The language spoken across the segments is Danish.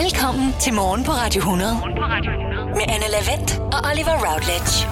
Velkommen til Morgen på Radio 100. Med Anne Lavent og Oliver Routledge.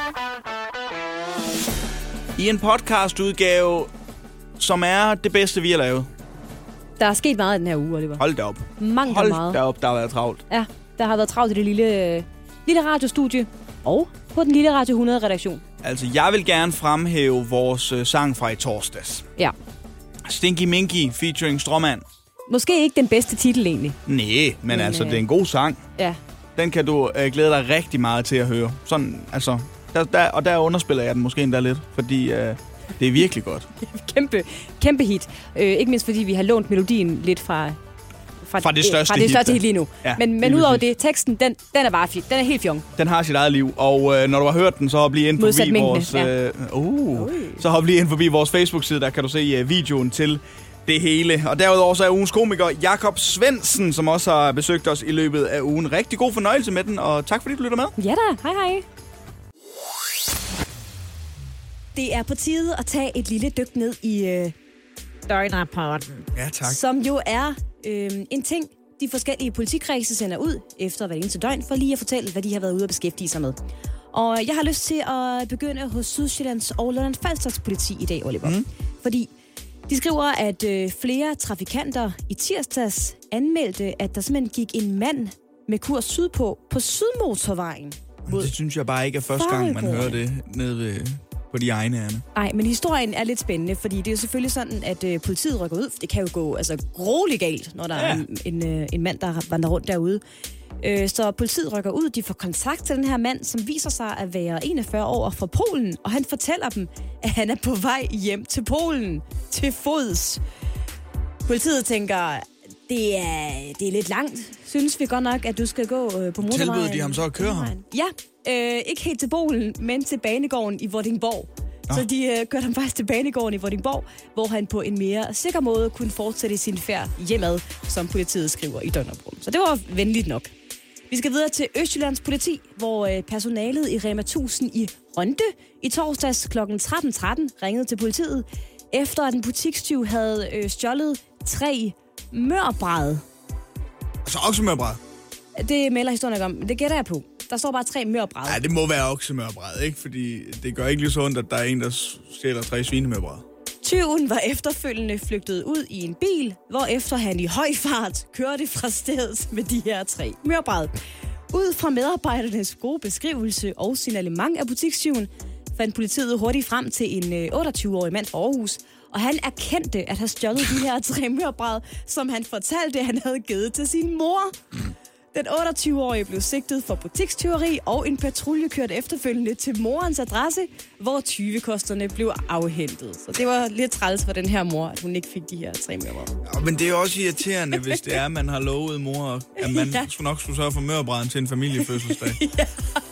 I en podcastudgave, som er det bedste, vi har lavet. Der er sket meget i den her uge, Oliver. Hold da op. Meget. Hold da op, der har været travlt. Ja, der har været travlt i det lille radiostudie og på den lille Radio 100-redaktion. Altså, jeg vil gerne fremhæve vores sang fra i torsdags. Ja. Stinky Minky featuring Stråmand. Måske ikke den bedste titel egentlig. Nej, men altså, det er en god sang. Ja. Den kan du glæde dig rigtig meget til at høre. Sådan, altså, der underspiller jeg den måske endda lidt, fordi det er virkelig godt. Kæmpe hit. Ikke mindst fordi vi har lånt melodien lidt fra det største hit lige nu. Ja, men udover det, teksten, den er bare fint. Den er helt fjong. Den har sit eget liv, og når du har hørt den, så hop lige ind forbi vores så hop lige ind forbi vores Facebook-side, der kan du se videoen til det hele. Og derudover så er ugens komiker Jakob Svendsen, som også har besøgt os i løbet af ugen. Rigtig god fornøjelse med den, og tak fordi du lytter med. Ja da, hej. Det er på tide at tage et lille dyk ned i døgnrapporten. Ja, tak. Som jo er en ting, de forskellige politikredse sender ud efter hver eneste døgn, for lige at fortælle, hvad de har været ude at beskæftige sig med. Og jeg har lyst til at begynde hos Sydsjællands og Lolland-Falsters politi i dag, Oliver. Fordi de skriver, at flere trafikanter i tirsdags anmeldte, at der simpelthen gik en mand med kurs sydpå på Sydmotorvejen. Det synes jeg bare ikke er første gang, man hører det nede på de egne, Anne. Nej, men historien er lidt spændende, fordi det er jo selvfølgelig sådan, at politiet rykker ud. Det kan jo gå grueligt galt, når der er en mand, der vandrer rundt derude. Så politiet rykker ud, de får kontakt til den her mand, som viser sig at være 41 år fra Polen, og han fortæller dem, at han er på vej hjem til Polen til fods. Politiet tænker, det er lidt langt. Synes vi godt nok, at du skal gå på motorvejen. Tilbød de ham så at køre ham? Ja, ikke helt til Polen, men til banegården i Vordingborg. Så de kørte ham faktisk til banegården i Vordingborg, hvor han på en mere sikker måde kunne fortsætte sin færd hjemad, som politiet skriver i døgnrapporten. Så det var venligt nok. Vi skal videre til Østjyllands politi, hvor personalet i Rema 1000 i Rønde i torsdags kl. 13.13 ringede til politiet, efter at en butikstyv havde stjålet 3 mørbræd. Altså oksemørbræd? Det melder historien ikke om, men det gætter jeg på. Der står bare 3 mørbræd. Ja, det må være oksemørbræd, ikke? Fordi det gør ikke lige så ondt, at der er en, der stjæler 3 svinemørbræd. Tyven var efterfølgende flygtet ud i en bil, hvorefter han i høj fart kørte fra stedet med de her 3 mørbræd. Ud fra medarbejdernes gode beskrivelse og signalement af butikstyven, fandt politiet hurtigt frem til en 28-årig mand fra Aarhus, og han erkendte at have stjålet de her 3 mørbræd, som han fortalte, han havde givet til sin mor. Den 28-årige blev sigtet for butikstyveri, og en patrulje kørte efterfølgende til morens adresse, hvor tyvekosterne blev afhentet. Så det var lidt træls for den her mor, at hun ikke fik de her 3 mørbræd. Ja, men det er også irriterende, hvis det er, at man har lovet mor, at man nok skulle sørge for mørbræden til en familiefødselsdag. Ja.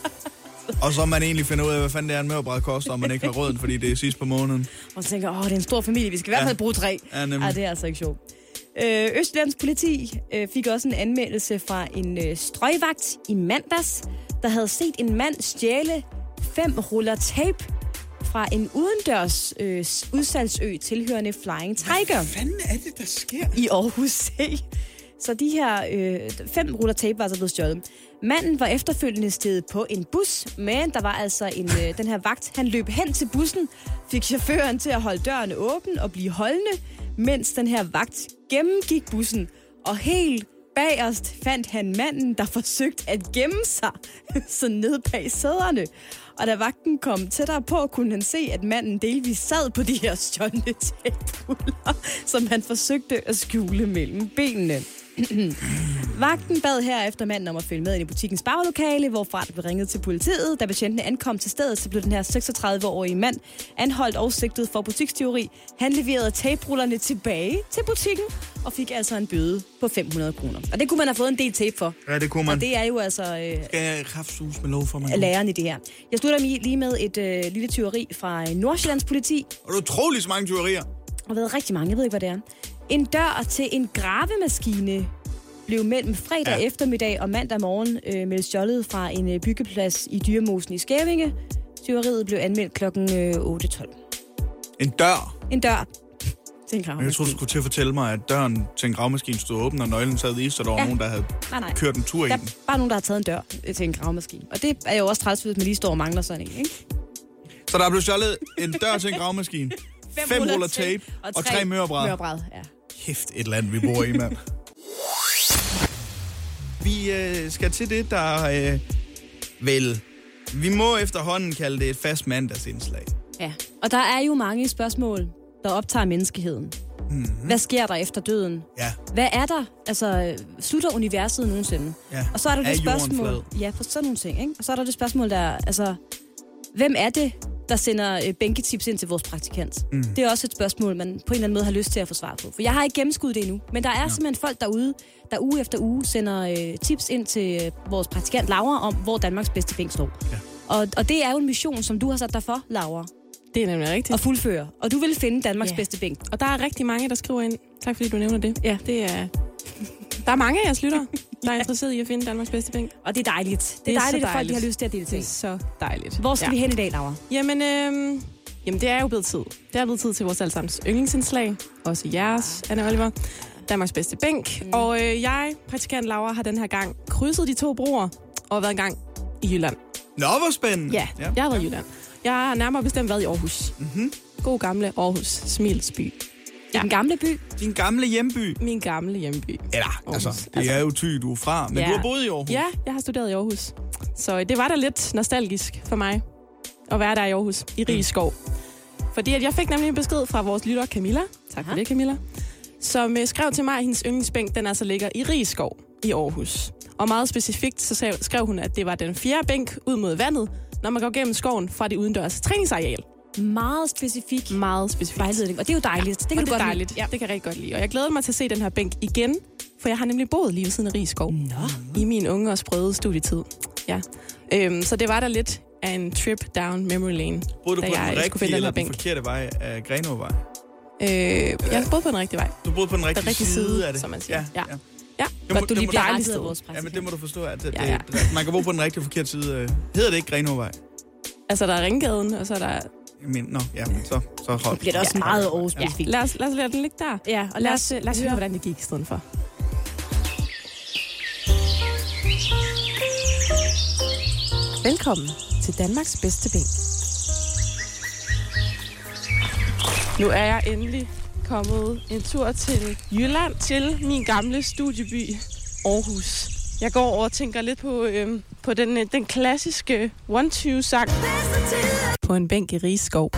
Og så man egentlig finder ud af, hvad fanden det er, en mørbræd koster, og man ikke har råden, fordi det er sidst på måneden. Og så tænker det er en stor familie, vi skal i hvert fald bruge 3. Ja, det er altså ikke sjovt. Østjyllands politi fik også en anmeldelse fra en strøgvagt i mandags, der havde set en mand stjæle 5 ruller tape fra en udendørs udsalgsø tilhørende Flying Tiger. Hvad fanden er det, der sker? I Aarhus C. Så de her 5 ruller tape var altså blevet stjålet. Manden var efterfølgende steget på en bus, men der var altså den her vagt. Han løb hen til bussen, fik chaufføren til at holde dørene åben og blive holdende, mens den her vagt gennemgik bussen, og helt bagerst fandt han manden, der forsøgte at gemme sig så ned bag sæderne. Og da vagten kom tættere på, kunne han se, at manden delvis sad på de her stjålne taperuller, som han forsøgte at skjule mellem benene. Vagten bad herefter manden om at følge med ind i butikkens baglokale, hvorfra der blev ringet til politiet. Da betjentene ankom til stedet, så blev den her 36-årige mand anholdt og sigtet for butikstyveri. Han leverede taperullerne tilbage til butikken og fik altså en bøde på 500 kroner. Og det kunne man have fået en del tape for. Ja, det kunne man. Og det er jo altså skal jeg kraftsus med lov for mig? Læreren i det her. Jeg slutter lige med et lille tyveri fra Nordsjællands politi. Og det er utroligt så mange tyverier. Der har været rigtig mange, jeg ved ikke, hvad det er. En dør til en gravemaskine blev mellem fredag eftermiddag og mandag morgen meldt stjålet fra en byggeplads i Dyremosen i Skævinge. Tyveriet blev anmeldt kl. 8:12. En dør? En dør til en gravemaskine. Jeg troede, du skulle til at fortælle mig, at døren til en gravemaskine stod åben, og nøglen sad i, så der var nogen, der havde kørt en tur i den. Der er bare nogen, der har taget en dør til en gravemaskine. Og det er jo også træls, hvis man lige står og mangler sådan en, ikke? Så der er blevet stjålet en dør til en gravemaskine, 5 ruller tape og 3 mørbræd. Ja. Kæft, et land, vi bor i, mand. Vi skal til det, der vi må efterhånden kalde det et fast mandagsindslag. Ja, og der er jo mange spørgsmål, der optager menneskeheden. Mm-hmm. Hvad sker der efter døden? Ja. Hvad er der? Altså, slutter universet nogensinde? Ja. Og så er der det spørgsmål... Ja, på sådan nogle ting, ikke? Og så er der det spørgsmål, der... Altså, hvem er det, der sender bænketips ind til vores praktikant? Mm. Det er også et spørgsmål, man på en eller anden måde har lyst til at få svar på. For jeg har ikke gennemskuddet det endnu, men der er simpelthen folk derude, der uge efter uge sender tips ind til vores praktikant Laura om, hvor Danmarks bedste bænk står. Ja. Og det er jo en mission, som du har sat dig for, Laura. Det er nemlig rigtigt. Og fuldføre. Og du vil finde Danmarks bedste bænk. Og der er rigtig mange, der skriver ind. Tak fordi du nævner det. Ja. Der er mange af jeres lyttere, der er interesseret i at finde Danmarks bedste bænk. Og det er dejligt. Det er dejligt, at folk har lyst til at dele ting. Det er så dejligt. Hvor skal vi hen i dag, Laura? Jamen, det er jo blevet tid. Det er blevet tid til vores allesammens yndlingsindslag. Også jeres, Anne og Oliver. Danmarks bedste bænk. Og jeg, praktikant Laura, har den her gang krydset de 2 broer og været en gang i Jylland. Nå, hvor spændende. Ja, jeg har været i Jylland. Jeg har nærmere bestemt været i Aarhus. Mm-hmm. God gamle Aarhus, Smilsby. Ja. Den gamle by. Din gamle hjemby. Min gamle hjemby. Eller, altså, det er jo Thy, du er fra, men du har boet i Aarhus. Ja, jeg har studeret i Aarhus. Så det var da lidt nostalgisk for mig at være der i Aarhus, i Rigskov. Fordi at jeg fik nemlig en besked fra vores lytter Camilla. Tak for det, Camilla. Som skrev til mig, at hendes yndlingsbænk, den altså ligger i Rigskov i Aarhus. Og meget specifikt, så skrev hun, at det var den 4. bænk ud mod vandet, når man går gennem skoven fra det udendørs træningsareal. Meget specifik. Vejledning. Og det er jo dejligt. Det kan du godt dejligt. Ja. Det kan jeg rigtig godt lide. Og jeg glæder mig til at se den her bænk igen, for jeg har nemlig boet lige ved siden af Rigskov. I min unge og sprøde studietid. Ja. Så det var da lidt af en trip down memory lane. Boede du på den rigtige eller den forkerte vej af Grenåvej? Jeg boede på den rigtige vej. Du boede på den rigtige side af det? Som man siger. Ja. Du lige bliver rettet af vores præsident. Ja, men det må du forstå, at man kan bo på den rigtige forkerte side. Hedder det ikke Grenåvej? Altså, der er Ringgaden, og så er der... Så bliver det også meget overspecifikt. Lad os lade den ligge der. Ja, og lad os høre, hvordan det gik i stedet for. Velkommen til Danmarks bedste bænk. Nu er jeg endelig kommet en tur til Jylland, til min gamle studieby Aarhus. Jeg går og tænker lidt på den klassiske 1-2-sang på en bænk i Rigskov.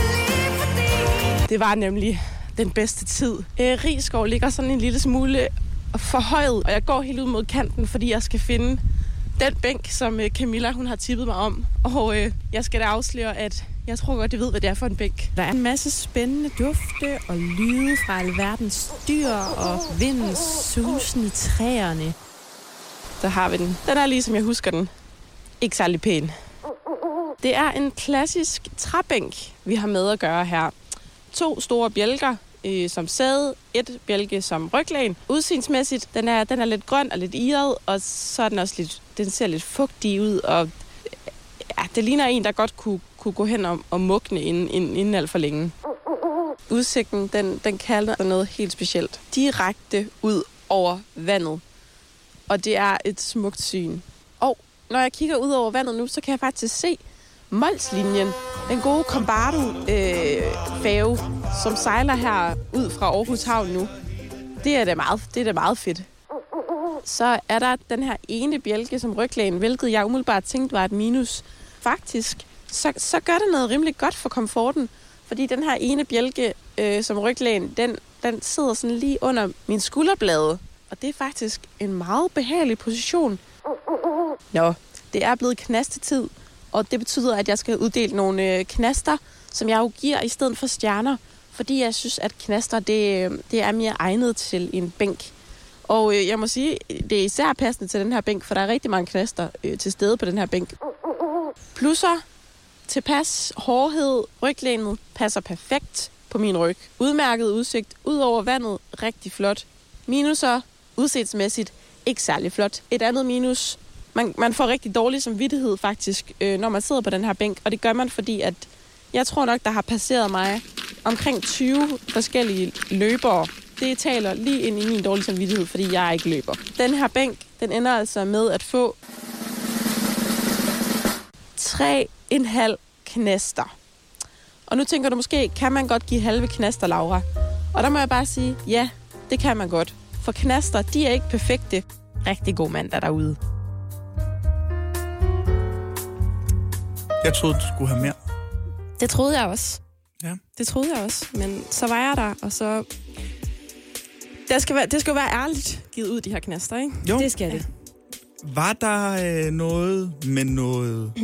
Det var nemlig den bedste tid. Rigskov ligger sådan en lille smule forhøjet, og jeg går helt ud mod kanten, fordi jeg skal finde den bænk, som Camilla hun har tippet mig om. Og jeg skal da afsløre, at jeg tror godt, jeg ved, hvad det er for en bænk. Der er en masse spændende dufte og lyde fra alverdens dyr og vindens susen i træerne. Der har vi den. Den er lige, som jeg husker den. Ikke særlig pæn. Det er en klassisk træbænk, vi har med at gøre her. 2 store bjælker som sæde, 1 bjælke som ryglæn. Udsynsmæssigt, den er lidt grøn og lidt irret, og så er den også den ser lidt fugtig ud, og det ligner en, der godt kunne gå hen og mugne inden alt for længe. Udsigten, den kalder noget helt specielt. Direkte ud over vandet. Og det er et smukt syn. Og når jeg kigger ud over vandet nu, så kan jeg faktisk se Molslinjen. Den gode Kombardo-færge, som sejler her ud fra Aarhus Havn nu. Det er da meget fedt. Så er der den her ene bjælke som ryglæn, hvilket jeg umiddelbart tænkte var et minus. Faktisk, så gør det noget rimelig godt for komforten. Fordi den her ene bjælke som ryglæn, den sidder sådan lige under min skulderblade. Og det er faktisk en meget behagelig position. Nå, det er blevet knastetid, og det betyder, at jeg skal uddele nogle knaster, som jeg jo giver i stedet for stjerner. Fordi jeg synes, at knaster, det er mere egnet til en bænk. Og jeg må sige, det er især passende til den her bænk, for der er rigtig mange knaster til stede på den her bænk. Plusser, tilpas, hårdhed, ryglænet passer perfekt på min ryg. Udmærket udsigt ud over vandet, rigtig flot. Minuser, udsigtsmæssigt, ikke særlig flot. Et andet minus, man får rigtig dårlig samvittighed faktisk, når man sidder på den her bænk. Og det gør man, fordi at Jeg tror nok, der har passeret mig omkring 20 forskellige løbere. Det taler lige ind i min dårlige samvittighed, fordi jeg ikke løber. Den her bænk, den ender altså med at få 3,5 knaster. Og nu tænker du måske, kan man godt give halve knaster, Laura? Og der må jeg bare sige, ja, det kan man godt. For knaster, de er ikke perfekte. Rigtig god mand, der er derude. Jeg troede, du skulle have mere. Det troede jeg også. Ja. Det troede jeg også. Men så var jeg der, og så... Det skal jo være ærligt givet ud, de her knaster, ikke? Jo. Det skal det. Var der noget med noget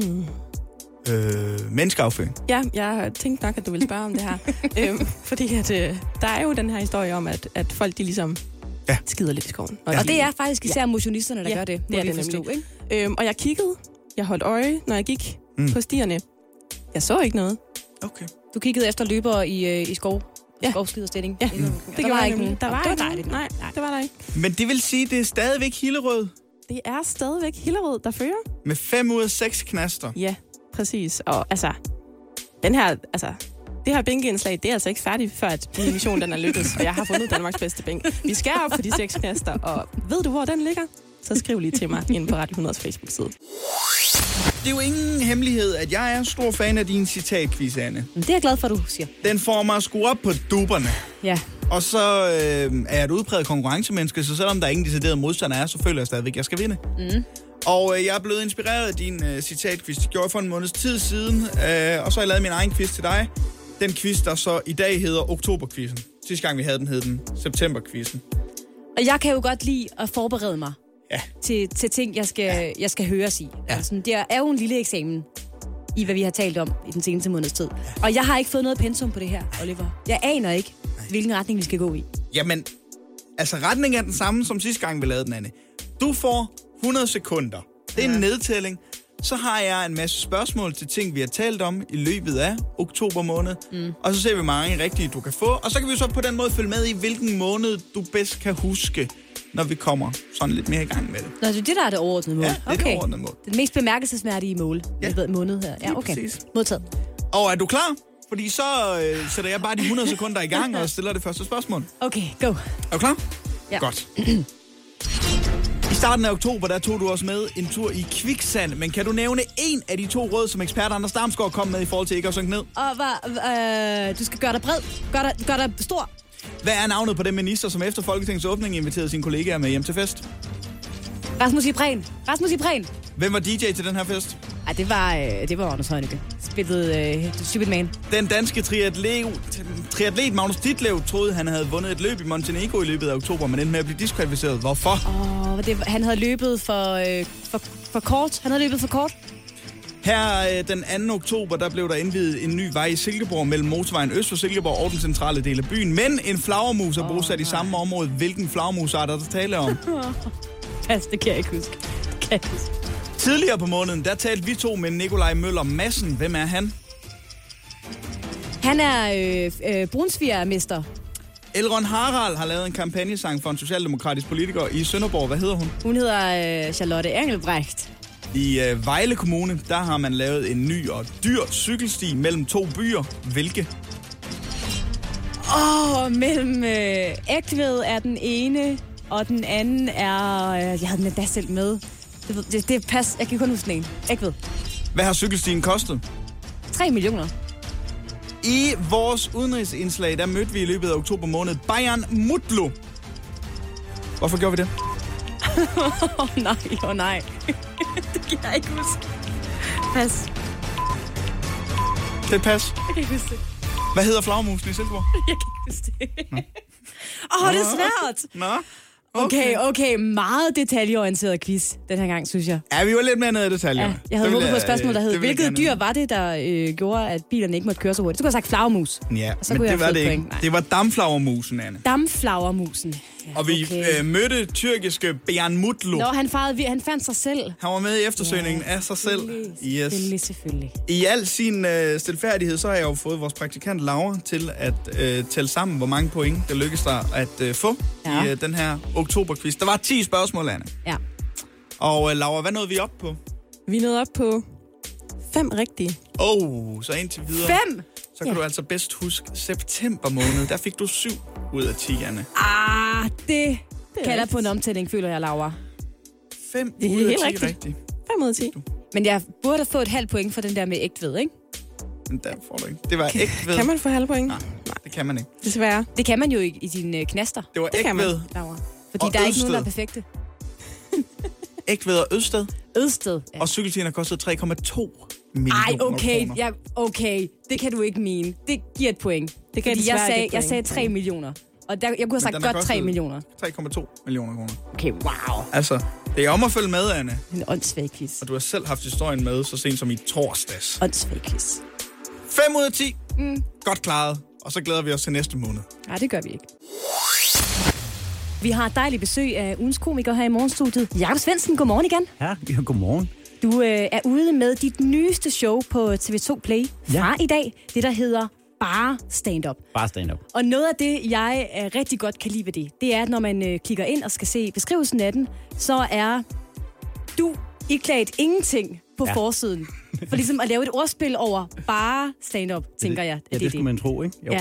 menneskeafføring? Ja, jeg tænkte nok, at du ville spørge om det her. Fordi at, der er jo den her historie om, at folk de ligesom skider lidt i skoven. Og det er faktisk især motionisterne, der gør det. Det er det forstå, nemlig. Ikke? Og jeg kiggede, jeg holdt øje, når jeg gik på stierne. Jeg så ikke noget. Okay. Du kiggede efter løbere i skov? Skovskiderstilling? Ja, det var ikke nogen. Der var dejligt. Nej, det var der ikke. Men det vil sige, det er stadigvæk Hillerød? Det er stadigvæk Hillerød, der fører. Med 5 ud af 6 knaster? Ja, præcis. Og altså, det her bænkeindslag, det er altså ikke færdigt, før at min mission den er lykkedes, og jeg har fundet Danmarks bedste bænk. Vi skal op på de 6 knaster, og ved du, hvor den ligger? Så skriv lige til mig inde på Radio 100's Facebook-side. Det er jo ingen hemmelighed, at jeg er stor fan af din citatquiz, Anne. Det er jeg glad for, du siger. Den får mig at skrue op på duberne. Ja. Og så er jeg et udpræget konkurrencemenneske, så selvom der ingen decideret modstander er, så føler jeg stadigvæk, at jeg skal vinde. Og jeg er blevet inspireret af din citatquiz. Det gjorde jeg for en måneds tid siden, og så har jeg lavet min egen quiz til dig. Den quiz, der så i dag hedder Oktoberquizzen. Sidste gang vi havde den, hed den Septemberquizzen. Og jeg kan jo godt lide at forberede mig til ting, jeg skal høres i. Ja. Altså, det er jo en lille eksamen i, hvad vi har talt om i den seneste måneds tid. Og jeg har ikke fået noget pensum på det her, Oliver. Jeg aner ikke, hvilken retning vi skal gå i. Jamen, altså retningen er den samme som sidste gang, vi lavede den, Anne. Du får 100 sekunder. Det er en nedtælling. Så har jeg en masse spørgsmål til ting, vi har talt om i løbet af oktober måned. Og så ser vi, hvor mange rigtige du kan få. Og så kan vi så på den måde følge med i, hvilken måned du bedst kan huske, når vi kommer sådan lidt mere i gang med det. Nå, det er det, der er det overordnede mål. Ja, det er det overordnede mål. Det mest bemærkelsesværdige mål. Måned her. Ja, okay. Modtaget. Og er du klar? Fordi så sætter jeg bare de 100 sekunder i gang og stiller det første spørgsmål. Okay, go. Er du klar? Ja. Godt. I starten af oktober, der tog du også med en tur i kviksand. Men kan du nævne en af de 2 råd, som ekspert Anders Damsgaard kom med i forhold til ikke at synke ned? Og du skal gøre dig bred. Gør dig stor. Hvad er navnet på den minister, som efter Folketingets åbning inviterede sine kollegaer med hjem til fest? Rasmus Ipren. Hvem var DJ til den her fest? Ej, det var Anders Heunicke. Spillede Stupid Man. Den danske triatlet Magnus Ditlev troede, han havde vundet et løb i Montenegro i løbet af oktober, men endte med at blive diskvalificeret. Hvorfor? Han havde løbet for kort. Han havde løbet for kort. Her den 2. oktober, der blev der indviet en ny vej i Silkeborg mellem motorvejen øst for Silkeborg og den centrale del af byen. Men en flagermus er bosat i samme område. Hvilken flagermusart er der tale om? Det kan jeg ikke huske. Tidligere på måneden, der talte vi 2 med Nikolaj Møller Madsen. Hvem er han? Han er brunsvigermester. Elrond Harald har lavet en kampagnesang for en socialdemokratisk politiker i Sønderborg. Hvad hedder hun? Hun hedder Charlotte Engelbrecht. I Vejle Kommune, der har man lavet en ny og dyr cykelsti mellem 2 byer. Hvilke? Mellem Egtved er den ene, og den anden er... jeg havde den da selv med. Det passer. Jeg kan kun huske den ene. Egtved. Hvad har cykelstien kostet? 3 millioner. I vores udenrigsindslag, der mødte vi i løbet af oktober måned Bayern Mutlu. Hvorfor gjorde vi det? Nej. Det kan jeg ikke huske. Pas. Det er pas. Jeg kan ikke huske det. Hvad hedder flagermusen i Silkeborg? Jeg kan ikke huske det. Det er svært. Nå. Okay. Meget detaljeorienteret quiz den her gang, synes jeg. Ja, vi var lidt mere nede i detaljer. Ja, jeg havde håbet på et spørgsmål, der hed, hvilket dyr var det, der gjorde, at bilerne ikke måtte køre så hurtigt? Så kunne jeg have sagt flagermus. Ja, så men det var det ikke. Det var dampflagermusen, Anne. Dampflagermusen. Ja, og vi mødte tyrkiske Bayern Mutlu. Nå, han fandt sig selv. Han var med i eftersøgningen af sig selv. Selvfølgelig. I al sin stilfærdighed, så har jeg jo fået vores praktikant Laura til at tælle sammen, hvor mange point der lykkes der at få i den her oktoberquiz. Der var 10 spørgsmål, Anne. Ja. Og Laura, hvad nåede vi op på? Vi nåede op på 5 rigtige. Så indtil videre. 5? Så kan du altså bedst huske september måned. Der fik du 7 ud af 10, Anne. Det kalder på en omtælling, føler jeg, Laura. 5 ud af 10 rigtigt. 5 ud af 10. Men jeg burde få et halvt point for den der med ægtved, ikke? Men der får du ikke. Det var ægtved. Kan man få halv point? Nej, det kan man ikke. Desværre. Det kan man jo ikke i dine knaster. Det var ægtved. Laura. Fordi og der er ikke Ødsted. nogen, der er perfekte. Ægtved og Ødsted. Ødsted. Ja. Og cykeltiden har kostet 3,2 millioner kroner. Okay. Det kan du ikke mene. Det giver et point. Det kan fordi jeg sagde 3 millioner. Og jeg kunne have sagt godt 3 millioner. 3,2 millioner kroner. Okay, wow. Altså, det er om at følge med, Anne. En åndssvag quiz. Og du har selv haft historien med så sent som i torsdags. Åndssvag quiz. 5 ud af 10. Godt klaret. Og så glæder vi os til næste måned. Nej, det gør vi ikke. Vi har et dejligt besøg af ugens komiker her i morgenstudiet. Jakob Svendsen, godmorgen igen. Ja, godmorgen. Du er ude med dit nyeste show på TV2 Play fra i dag. Det, der hedder Bare Stand-Up. Bare stand-up. Og noget af det, jeg rigtig godt kan lide ved det er, at når man klikker ind og skal se beskrivelsen af den, så er du iklædt ingenting på forsiden. For ligesom at lave et ordspil over bare stand-up, tænker jeg. Ja, det skulle man tro, ikke? Jo. Ja.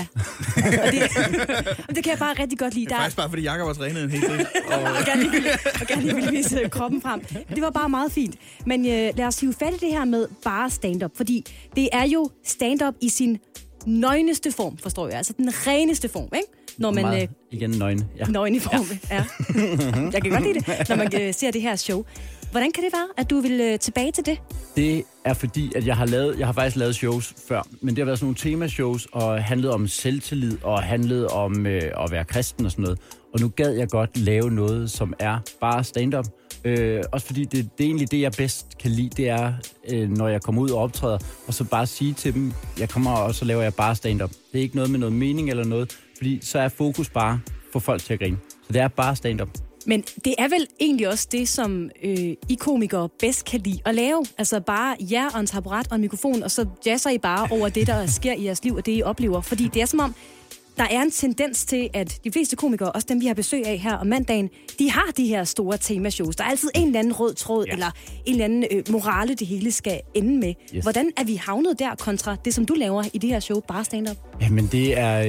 Og det kan jeg bare rigtig godt lide. Det er faktisk bare, fordi Jakob har trænet en hel del. og gerne lige ville vise kroppen frem. Det var bare meget fint. Men lad os hive fat i det her med bare stand-up. Fordi det er jo stand-up i sin nøgneste form, forstår jeg. Altså den reneste form, ikke? Når man, igen nøgne. Ja. Nøgne form, ja. Jeg kan godt lide det, når man ser det her show. Hvordan kan det være, at du vil tilbage til det? Det er fordi, at jeg har faktisk lavet shows før, men det har været sådan nogle temashows, og handlet om selvtillid, og handlet om at være kristen og sådan noget. Og nu gad jeg godt lave noget, som er bare stand-up. Også fordi det er egentlig det, jeg bedst kan lide, det er, når jeg kommer ud og optræder, og så bare sige til dem, jeg kommer, og så laver jeg bare stand-up. Det er ikke noget med noget mening eller noget, fordi så er fokus bare for folk til at grine. Så det er bare stand-up. Men det er vel egentlig også det, som I komikere bedst kan lide at lave. Altså bare jer og en taburet og en mikrofon, og så jazzer I bare over det, der sker i jeres liv, og det, I oplever. Fordi det er som om, der er en tendens til, at de fleste komikere, også dem, vi har besøg af her om mandagen, de har de her store temashows. Der er altid en eller anden rød tråd, eller en eller anden morale, det hele skal ende med. Yes. Hvordan er vi havnet der kontra det, som du laver i det her show, bare stand-up? Jamen det er,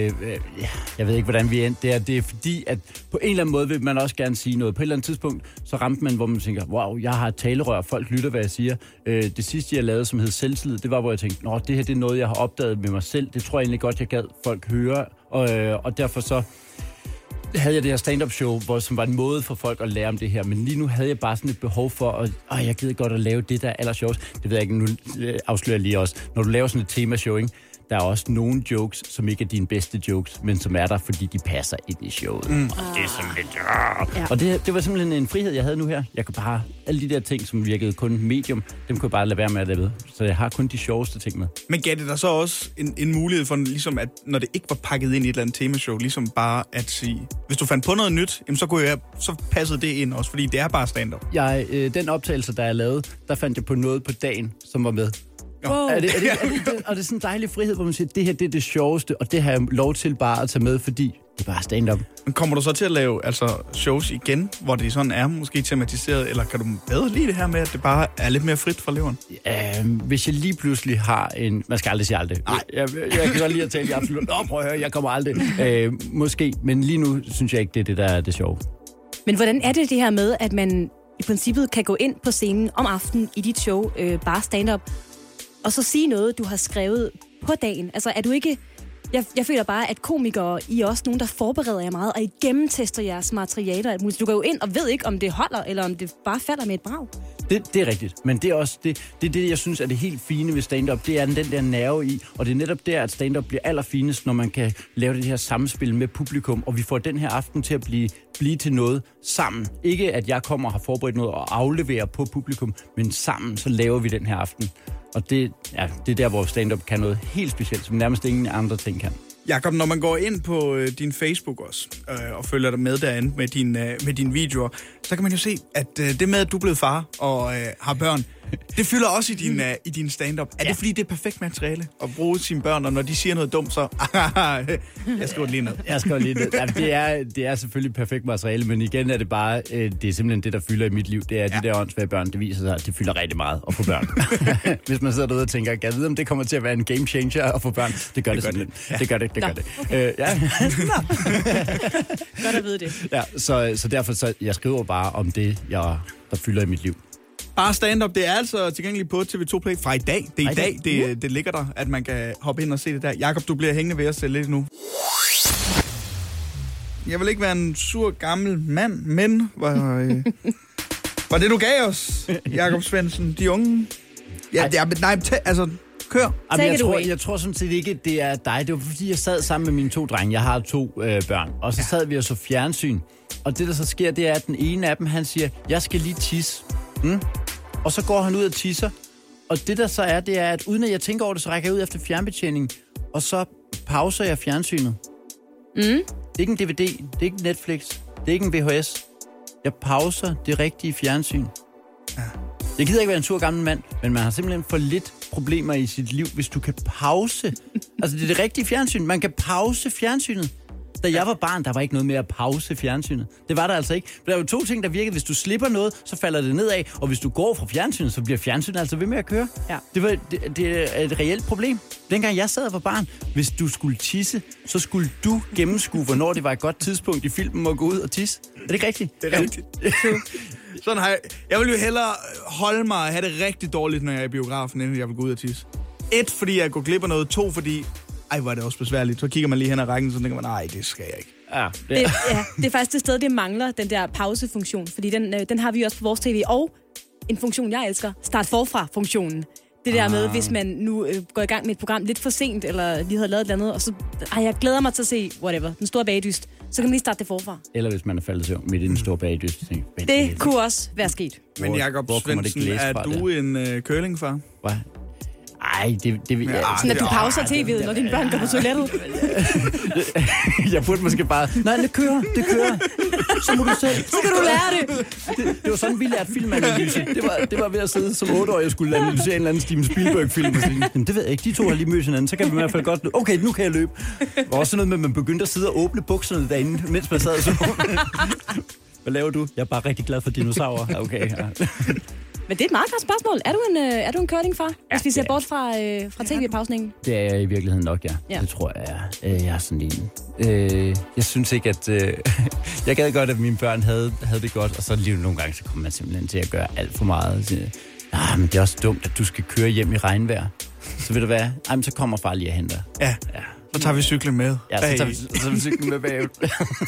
jeg ved ikke, hvordan vi endte. Det er fordi, at på en eller anden måde vil man også gerne sige noget. På et eller andet tidspunkt, så ramte man, hvor man tænker, wow, jeg har et talerør, folk lytter, hvad jeg siger. Det sidste, jeg lavede, som hed Selvtillid, det var, hvor jeg tænkte, det her det er noget, jeg har opdaget med mig selv. Det tror jeg egentlig godt, jeg gad folk høre. Og derfor så havde jeg det her stand-up show, som var en måde for folk at lære om det her. Men lige nu havde jeg bare sådan et behov for, at jeg gider godt at lave det, der er allersjovest. Det ved jeg ikke, nu afslører jeg lige også. Når du laver sådan et temashow, ikke? Der er også nogle jokes, som ikke er dine bedste jokes, men som er der, fordi de passer ind i showet. Og det er sådan lidt... Ja. Og det var simpelthen en frihed, jeg havde nu her. Jeg kunne bare... Alle de der ting, som virkede kun medium, dem kunne jeg bare lade være med at lave. Så jeg har kun de sjoveste ting med. Men gav det der så også en mulighed for, ligesom at når det ikke var pakket ind i et eller andet temashow, ligesom bare at sige... Hvis du fandt på noget nyt, så passede det ind også, fordi det er bare stand-up. Den optagelse, der jeg lavede, der fandt jeg på noget på dagen, som var med. Wow. Og det er sådan en dejlig frihed, hvor man siger, det her det er det sjoveste, og det har jeg lov til bare at tage med, fordi det er bare stand-up. Men kommer du så til at lave shows igen, hvor det sådan er måske tematiseret, eller kan du bedre lide det her med, at det bare er lidt mere frit fra leveren? Hvis jeg lige pludselig har en... Man skal aldrig sige aldrig. Jeg kan godt lide at tale absolut. Prøv at høre, jeg kommer aldrig. Måske, men lige nu synes jeg ikke, det er det, der er det sjove. Men hvordan er det her med, at man i princippet kan gå ind på scenen om aftenen i dit show, bare stand-up, og så sige noget, du har skrevet på dagen? Altså, er du ikke... Jeg føler bare, at komikere, I er også nogen, der forbereder jer meget, og I gennemtester jeres materialer. Du går jo ind og ved ikke, om det holder, eller om det bare falder med et brag. Det er rigtigt, men det er også det, jeg synes er det helt fine ved stand-up. Det er den der nerve i, og det er netop der, at stand-up bliver allerfinest, når man kan lave det her samspil med publikum, og vi får den her aften til at blive til noget sammen. Ikke at jeg kommer og har forberedt noget og afleverer på publikum, men sammen så laver vi den her aften. Og det er der, hvor stand-up kan noget helt specielt, som nærmest ingen andre ting kan. Jakob, når man går ind på din Facebook også, og følger dig med derinde med dine videoer, så kan man jo se, at det med, at du er blevet far og har børn, Det fylder også i din stand-up. Er det fordi, det er perfekt materiale at bruge sine børn, og når de siger noget dumt, så... jeg skriver det lige ned. Jamen, det er selvfølgelig perfekt materiale, men igen er det bare... det er simpelthen det, der fylder i mit liv. Det er de der åndssvage børn. Det viser sig, at det fylder rigtig meget at få børn. Hvis man sidder derude og tænker, jeg vide, om det kommer til at være en game changer at få børn. Det gør det simpelthen. Ja. Det gør det. Okay. Godt at vide det. Ja, så derfor jeg skriver bare om det, der fylder i mit liv. Bare stand-up, det er altså tilgængeligt på TV2 Play fra i dag. Det er i dag, det ligger der, at man kan hoppe ind og se det der. Jakob, du bliver hængende ved os lidt nu. Jeg vil ikke være en sur gammel mand, men var det, du gav os, Jakob Svendsen, de unge? Kør. Jeg tror sådan set ikke, det er dig. Det var fordi, jeg sad sammen med mine 2 drenge. Jeg har 2 børn. Og så sad vi og så fjernsyn. Og det, der så sker, det er, at den ene af dem, han siger, jeg skal lige tisse. Og så går han ud og tisser. Og det, der så er, det er, at uden at jeg tænker over det, så rækker jeg ud efter fjernbetjeningen. Og så pauser jeg fjernsynet. Det er ikke en DVD, det er ikke Netflix, det er ikke en VHS. Jeg pauser det rigtige fjernsyn. Ja. Jeg gider ikke være en sur gammel mand, men man har simpelthen for lidt problemer i sit liv, hvis du kan pause. Altså, det er det rigtige fjernsyn. Man kan pause fjernsynet. Da jeg var barn, der var ikke noget med at pause fjernsynet. Det var der altså ikke. Der er jo 2 ting, der virkede. Hvis du slipper noget, så falder det nedad. Og hvis du går fra fjernsynet, så bliver fjernsynet altså ved med at køre. Ja. Det er et reelt problem. Dengang jeg sad og var barn, hvis du skulle tisse, så skulle du gennemskue, hvornår det var et godt tidspunkt i filmen at gå ud og tisse. Er det ikke rigtigt? Det er rigtigt. Sådan har jeg vil jo hellere holde mig og have det rigtig dårligt, når jeg er i biografen, inden jeg vil gå ud og tisse. 1, fordi jeg går glip af noget. 2, fordi... hvor er det også besværligt. Så kigger man lige hen ad rækken, så tænker man, nej, det skal jeg ikke. Ja. Det er faktisk det sted, det mangler, den der pausefunktion. Fordi den har vi også på vores tv. Og en funktion, jeg elsker, start forfra-funktionen. Det der med, hvis man nu går i gang med et program lidt for sent, eller lige havde lavet et eller andet, og så, jeg glæder mig til at se, whatever, den store bagdyst, så kan man lige starte det forfra. Eller hvis man er faldet søvn midt i den store bagdyst. Det kunne også være sket. Men Jakob Svendsen, er du en curlingfar? Hvad? Ej, det vil jeg... Sådan at du pauser tv'et, når dine børn går på toilettet. Jeg burde måske bare... Nej, det kører. Så må du selv... Så kan du lære det. Det var sådan, vi lærte filmanalyse. Det var ved at sidde som 8-årig, jeg skulle analysere en eller anden Steven Spielberg-film. Men det ved jeg ikke, de 2 har lige mødt hinanden, så kan vi i hvert fald godt... Okay, nu kan jeg løbe. Det var også noget med, at man begyndte at sidde og åbne bukserne derinde, mens man sad og så... Hvad laver du? Jeg er bare rigtig glad for dinosaurer. Okay, ja. Men det er et meget godt spørgsmål. Er du en curlingfar, hvis vi ser bort fra tv-pausningen? Det er jeg i virkeligheden nok, ja. Det tror jeg er. Jeg er sådan en. Jeg synes ikke, at... jeg gad godt, at mine børn havde det godt, og så lige nogle gange, så kommer man simpelthen til at gøre alt for meget. Men det er også dumt, at du skal køre hjem i regnvejr. Så ved du hvad? Så kommer far lige og henter. Ja. Så tager vi cyklen med. Ja, så tager vi cyklen med bagud.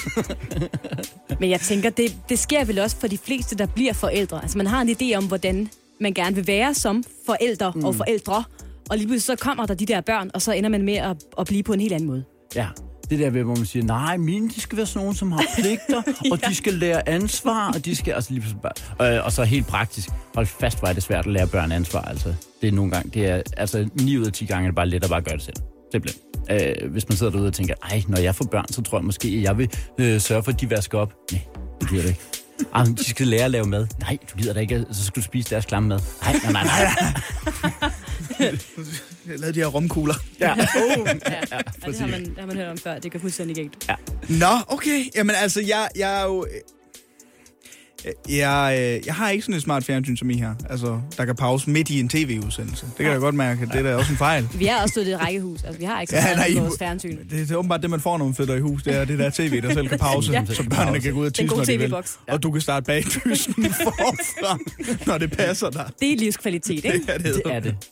Men jeg tænker, det sker vel også for de fleste, der bliver forældre. Altså man har en idé om, hvordan man gerne vil være som forældre og forældre. Og lige pludselig så kommer der de der børn, og så ender man med at blive på en helt anden måde. Ja, det der ved, hvor man siger, nej, mine, de skal være sådan nogen, som har pligter, og de skal lære ansvar, og de skal... Altså lige bare, og så helt praktisk, hold fast, hvor er det svært at lære børn ansvar, altså. Det er nogle gange, det er, altså 9 ud af 10 gange er det bare let at bare gøre det selv. Simpelthen. Hvis man sidder derude og tænker, når jeg får børn, så tror jeg måske, at jeg vil sørge for, at de vasker op. Nej, det gider det ikke. De skal lære at lave mad. Nej, du gider da ikke, så skal du spise deres klamme mad. Nej. Jeg lavede de her romkugler. Ja. Det har man hørt om før. Det kan fuldstændig galt. Ja. Nå, okay. Jamen altså, jeg er jo... Jeg har ikke sådan et smart fjernsyn som I her. Altså, der kan pause midt i en tv-udsendelse. Det kan jeg godt mærke. Det er da også en fejl. Vi har også stået i et rækkehus. Altså, vi har ikke så vores fjernsyn. Det er åbenbart det, man får, når man flytter i hus. Det er det der tv, der selv kan pause, så børnene kan gå ud og tisse, når de vil. Og du kan starte bagdysten forfra, når det passer dig. Det er livskvalitet, ikke? Det er det.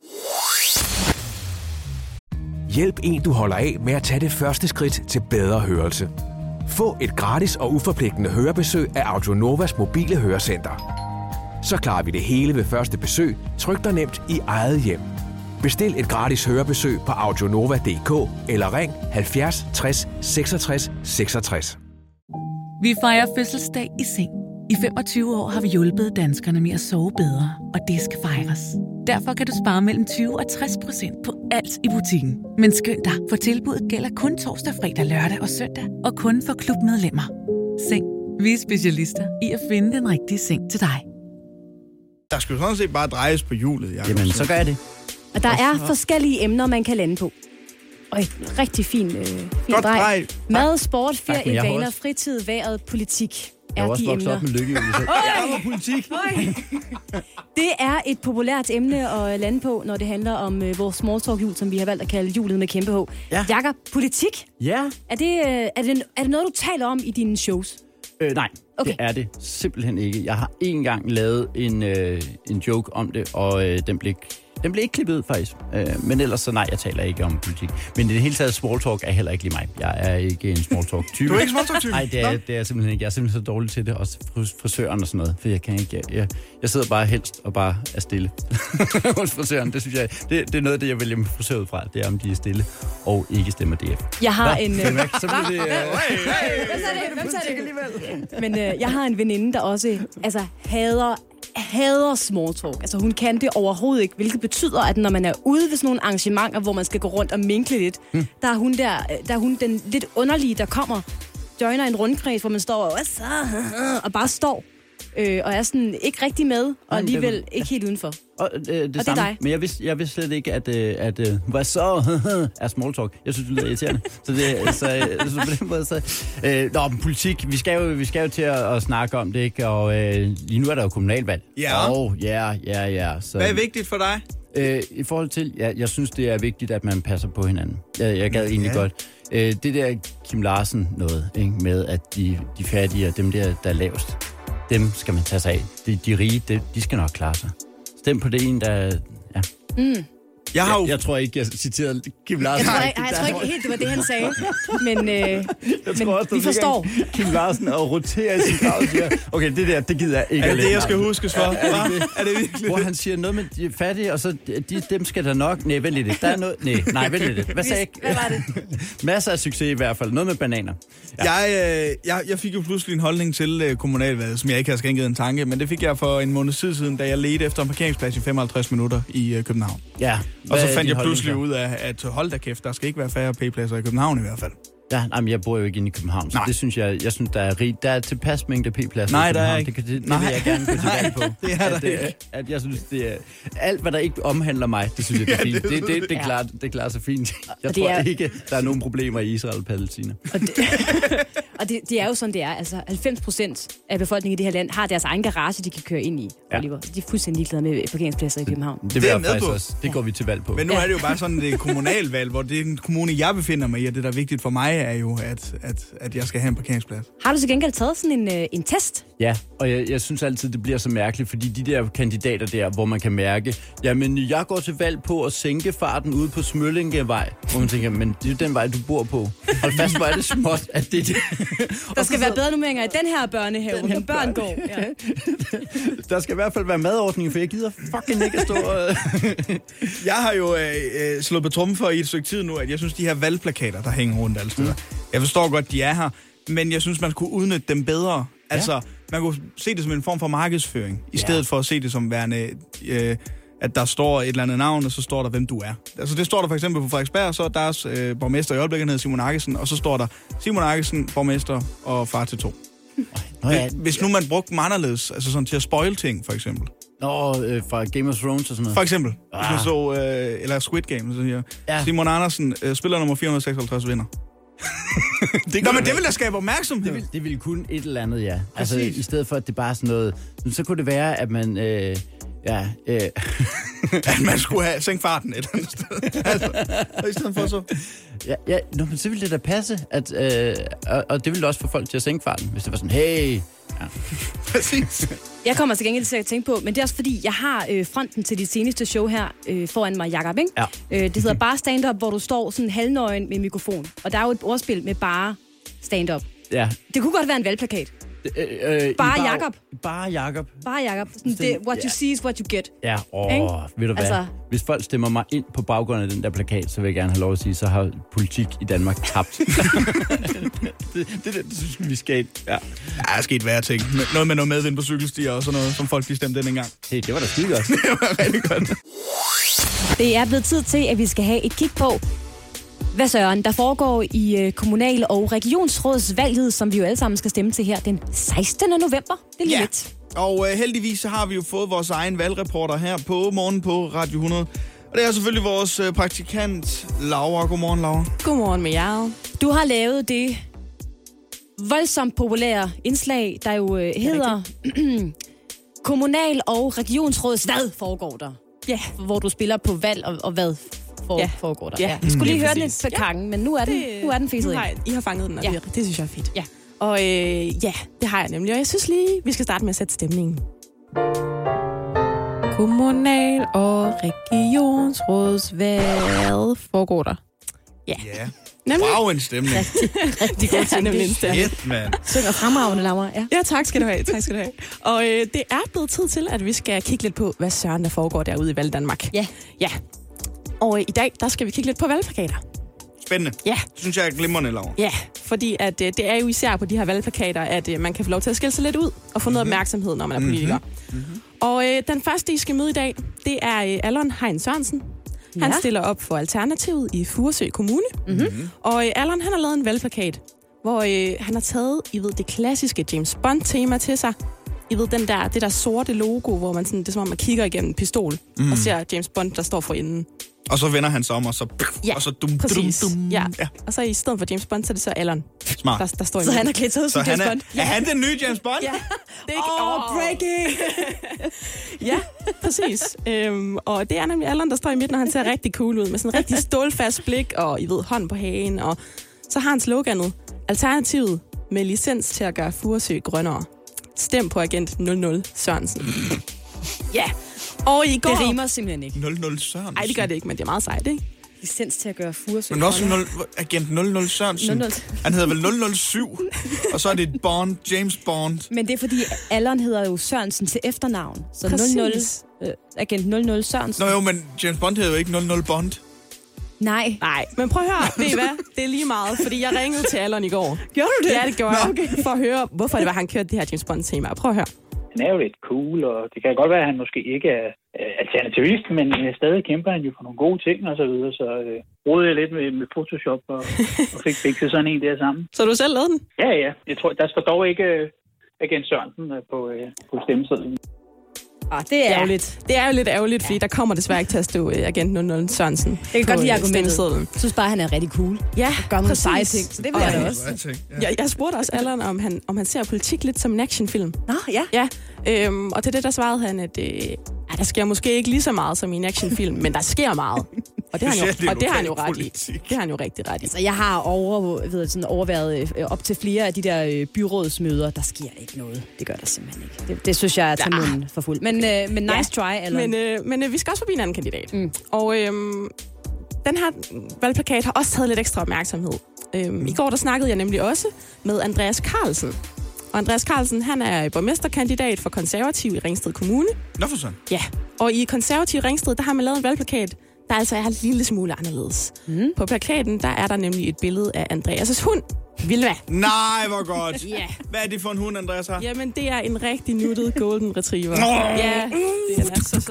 Hjælp en, du holder af med at tage det første skridt til bedre hørelse. Få et gratis og uforpligtende hørebesøg af Audionovas mobile hørecenter. Så klarer vi det hele ved første besøg, tryk dig nemt i eget hjem. Bestil et gratis hørebesøg på audionova.dk eller ring 70 60 66 66. Vi fejrer fødselsdag i seng. I 25 år har vi hjulpet danskerne med at sove bedre, og det skal fejres. Derfor kan du spare mellem 20 og 60% på alt i butikken. Men skynd dig, for tilbuddet gælder kun torsdag, fredag, lørdag og søndag, og kun for klubmedlemmer. Seng. Vi er specialister i at finde den rigtige seng til dig. Der skal jo sådan set bare drejes på hjulet, Jacob. Jamen, så gør jeg det. Og der er forskellige emner, man kan lande på. Og et rigtig fint drej. Mad, sport, ferie, vaner, fritid, vejret, politik. Jeg har også vokset op med lykke. Ja, politik. Det er et populært emne at lande på, når det handler om vores small talk-hjul, som vi har valgt at kalde hjulet med kæmpe H. Ja. Jakob, politik? Ja. Er det noget, du taler om i dine shows? Nej, okay. Det er det simpelthen ikke. Jeg har en gang lavet en joke om det, og den blev ikke klippet ud, faktisk. Men ellers så nej, jeg taler ikke om politik. Men i det hele taget, small talk er heller ikke lige mig. Jeg er ikke en small talk-type. Du er ikke small talk-type? Nej, det er simpelthen ikke. Jeg er simpelthen så dårlig til det. Også frisøren og sådan noget. For jeg kan ikke... Jeg sidder bare helst og bare er stille hos frisøren. Det synes jeg... Det er noget af det, jeg vælger med frisør ud fra. Det er, om de er stille og ikke stemmer DF. Jeg har en... Så bliver det... Hvem sagde det? Men jeg har en veninde, der også hader small talk. Altså hun kan det overhovedet ikke, hvilket betyder, at når man er ude ved sådan nogle arrangementer, hvor man skal gå rundt og minkle lidt, der er hun den lidt underlige, der kommer, joiner en rundkreds, hvor man står og bare står. Og er sådan ikke rigtig med, og alligevel ikke helt udenfor. Og det er dig. Men jeg vidste slet ikke, at hvad så er small talk. Jeg synes, det lyder irriterende. Så på den måde så... politik. Vi skal jo til at snakke om det, ikke? Og lige nu er der jo kommunalvalg. Ja. Ja. Så, hvad er vigtigt for dig? I forhold til... jeg synes, det er vigtigt, at man passer på hinanden. Jeg gad egentlig godt. Det der Kim Larsen noget, ikke? Med at de fattige og dem der er lavest, dem skal man tage sig af. De rige, de skal nok klare sig. Stem på det ene, der... Ja. Jeg tror ikke, jeg citerede Kim Larsen. Jeg tror ikke helt, det var det, han sagde. Men vi forstår. Kim Larsen og roterer i sin grav. Okay, det gider jeg ikke. Er det det, jeg skal huskes for? Er det virkelig? Hvor han siger noget med de fattige, og så dem skal der nok... Nej, vent lidt. Der er noget... Nej, vent lidt. Hvad sagde jeg? Hvad var det? Masser af succes i hvert fald. Noget med bananer. Ja. Jeg fik jo pludselig en holdning til kommunalvalget, som jeg ikke havde skænket en tanke, men det fik jeg for en måned siden, da jeg ledte efter en parkeringsplads i 55 minutter i København. Ja. Og så fandt jeg pludselig ud af, at hold da kæft, der skal ikke være færre p-pladser i København i hvert fald. Ja, men jeg bor jo ikke inde i København, så det synes jeg synes, der er rigt. Der er tilpas mængde p-pladser i København. Der er ikke. Det vil jeg gerne gå tilbage på. Det er der ikke. At jeg synes, det er... Alt, hvad der ikke omhandler mig, det synes jeg, det er fint. Det klarer sig fint. Jeg tror ikke, der er nogen problemer i Israel og Palæstina. Og det er jo sådan, det er. Altså 90% af befolkningen i det her land har deres egen garage, de kan køre ind i. Ja. De er fuldstændig ligeglade med parkeringspladser i København. Det vil jeg faktisk også. Det går vi til valg på. Men nu er det jo bare sådan, det er kommunalvalg, hvor det er en kommune, jeg befinder mig i, og det, der er vigtigt for mig, er jo, at jeg skal have en parkeringsplads. Har du til gengæld taget sådan en test? Ja, og jeg synes altid, det bliver så mærkeligt, fordi de der kandidater der, hvor man kan mærke, jamen jeg går til valg på at sænke farten ude på Smøllingevej, hvor man tænker, men det er jo den vej, du bor på. Hold fast, hvor er det småt, at det... Der skal være bedre nummeringer i den her børnehave, hvor børn går. Ja. Der skal i hvert fald være madordning, for jeg gider fucking ikke at stå... Jeg har jo slået på trommen for i et stykke tid nu, at jeg synes, de her valgplakater, der hænger rundt alle steder. Jeg forstår godt, de er her, men jeg synes, man kunne udnytte dem bedre. Altså, man kunne se det som en form for markedsføring, i stedet for at se det som værende... at der står et eller andet navn, og så står der, hvem du er. Altså det står der for eksempel på Frederiksberg, så er deres borgmester i øjeblikket, hedder Simon Akkesen, og så står der Simon Akkesen, borgmester og far til 2. Hvis nu man brugte dem anderledes, altså sådan til at spoil ting, for eksempel. Fra Game of Thrones og sådan noget. For eksempel. Eller Squid Game, så siger Simon Andersen, spiller nummer 456 vinder. Men det vil da skabe opmærksomhed. Det vil kun et eller andet, ja. Altså i stedet for, at det bare er sådan noget... Så kunne det være, at man... at man skulle have sænkt farten et eller andet sted. Altså, i stedet for så... Men så ville det da passe, at, og det ville også få folk til at sænke farten, hvis det var sådan, hey... Ja. Præcis. Jeg kommer til gengæld til at tænke på, men det er også fordi, jeg har fronten til dit seneste show her foran mig, Jakob, ikke? Ja. Det hedder bare stand-up, hvor du står sådan halvnøgen med mikrofon. Og der er jo et ordspil med bare stand-up. Ja. Det kunne godt være en valgplakat. Bare Jakob. Bare Jakob. Bare Jakob. What you see is what you get. Ja, ved du hvad? Altså... Hvis folk stemmer mig ind på baggrund af den der plakat, så vil jeg gerne have lov at sige, så har politik i Danmark tabt. det synes vi skal... Ja, der er sket værre ting. Noget med noget medvind på cykelstier og sådan noget, som folk lige stemte den engang. Hey, det var da skide godt. Det var rigtig godt. Det er blevet tid til, at vi skal have et kig på, hvad Søren, der foregår i kommunal- og regionsrådsvalget, som vi jo alle sammen skal stemme til her den 16. november. Det er lige lidt. Og heldigvis så har vi jo fået vores egen valgreporter her på morgen på Radio 100. Og det er selvfølgelig vores praktikant, Laura. Godmorgen, Laura. Godmorgen med jer. Du har lavet det voldsomt populære indslag, der jo hedder Kommunal- og Regionsråds hvad foregår der? Ja. Hvor du spiller på valg og hvad foregår der. Ja. Jeg skulle lige høre den et par gange, men nu er den fæset ind. I har fanget den, og det synes jeg er fedt. Ja. Og det har jeg nemlig. Og jeg synes lige, vi skal starte med at sætte stemningen. Kommunal- og regionsrådsvalg foregår der. Ja. Nemlig. Wow, en stemning. Rigtig god til nemlig en stemning. Shit, mand. Synger fremragende, Laura. Ja, tak skal du have. Og det er blevet tid til, at vi skal kigge lidt på, hvad søren der foregår derude i Valg Danmark. Ja. Og i dag, der skal vi kigge lidt på valgplakater. Spændende. Ja. Det synes jeg er glimrende, Laura. Ja, fordi at, det er jo især på de her valgplakater, at man kan få lov til at skille sig lidt ud og få noget opmærksomhed, når man er politiker. Og den første, I skal møde i dag, det er Allan Hein Sørensen. Han stiller op for Alternativet i Furesø Kommune. Og Allan, han har lavet en valgplakat, hvor han har taget, det klassiske James Bond-tema til sig. Det der sorte logo, hvor man sådan, det er som om man kigger igennem en pistol og ser James Bond, der står for enden. Og så vender han sig om, og så præcis. dum. Ja. Og så i stedet for James Bond, så er det så Allan, Smart. der står i Så han har klædt sig ud som James Bond. Er han den nye James Bond? Ja. Det er breaking! Ja, præcis. Og det er nemlig Allan, der står i midten, og han ser rigtig cool ud, med sådan en rigtig stålfast blik, og hånd på hagen. Og så har han sloganet, Alternativet med licens til at gøre Furesø grønnere. Stem på agent 00 Sørensen. Ja, og i går... Det rimer simpelthen ikke. 00 Sørensen? Nej, det gør det ikke, men det er meget sejt, ikke? Licens til at gøre Furesø. Men også agent 00 Sørensen. 00. Han hedder vel 007, og så er det Bond, James Bond. Men det er fordi, Allan hedder jo Sørensen til efternavn. Så 00, agent 00 Sørensen. Nå jo, men James Bond hedder jo ikke 00 Bond. Nej, men prøv at høre, ved I hvad? Det er lige meget, fordi jeg ringede til Allan i går. Gjorde du det? Ja, det gjorde jeg. Okay. For at høre, hvorfor det var, han kørte det her James Bond-tema. Prøv at høre. Han er jo lidt cool, og det kan godt være, at han måske ikke er alternativist, men stadig kæmper han jo for nogle gode ting og så videre. Så rodede jeg lidt med Photoshop og fik fikset sådan en der sammen. Så du selv lavede den? Ja. Jeg tror, der står dog ikke agent Sørensen på stemmesedlen. Det er ærgerligt. Det er jo lidt ærgerligt, fordi der kommer desværre ikke til at stå agent 00 Sørensen. Jeg kan godt lide argumentet. Jeg synes bare, han er rigtig cool. Ja, gør nogle seje ting, så det vil jeg da også. Jeg spurgte også Allan, om han ser politik lidt som en actionfilm. Nå, ja. Ja, og til det der svarede han, at der sker måske ikke lige så meget som i en actionfilm, men der sker meget. Og det har han jo ret i. Det har han jo rigtig ret i. Altså, jeg har overværet op til flere af de der byrådsmøder. Der sker ikke noget. Det gør der simpelthen ikke. Det synes jeg er til munden for fuld. Men nice try, Allan. Men vi skal også forbi en anden kandidat. Og den her valgplakat har også taget lidt ekstra opmærksomhed. I går der snakkede jeg nemlig også med Andreas Carlsen. Og Andreas Carlsen, han er borgmesterkandidat for Konservativ i Ringsted Kommune. Nå for sådan. Ja, og i Konservativ Ringsted, der har man lavet en valgplakat, der altså er en lille smule anderledes. På plakaten, der er der nemlig et billede af Andreas' hund, Vilma. Nej, hvor godt. Hvad er det for en hund, Andreas har? Jamen, det er en rigtig nuttet golden retriever. Ja, den er så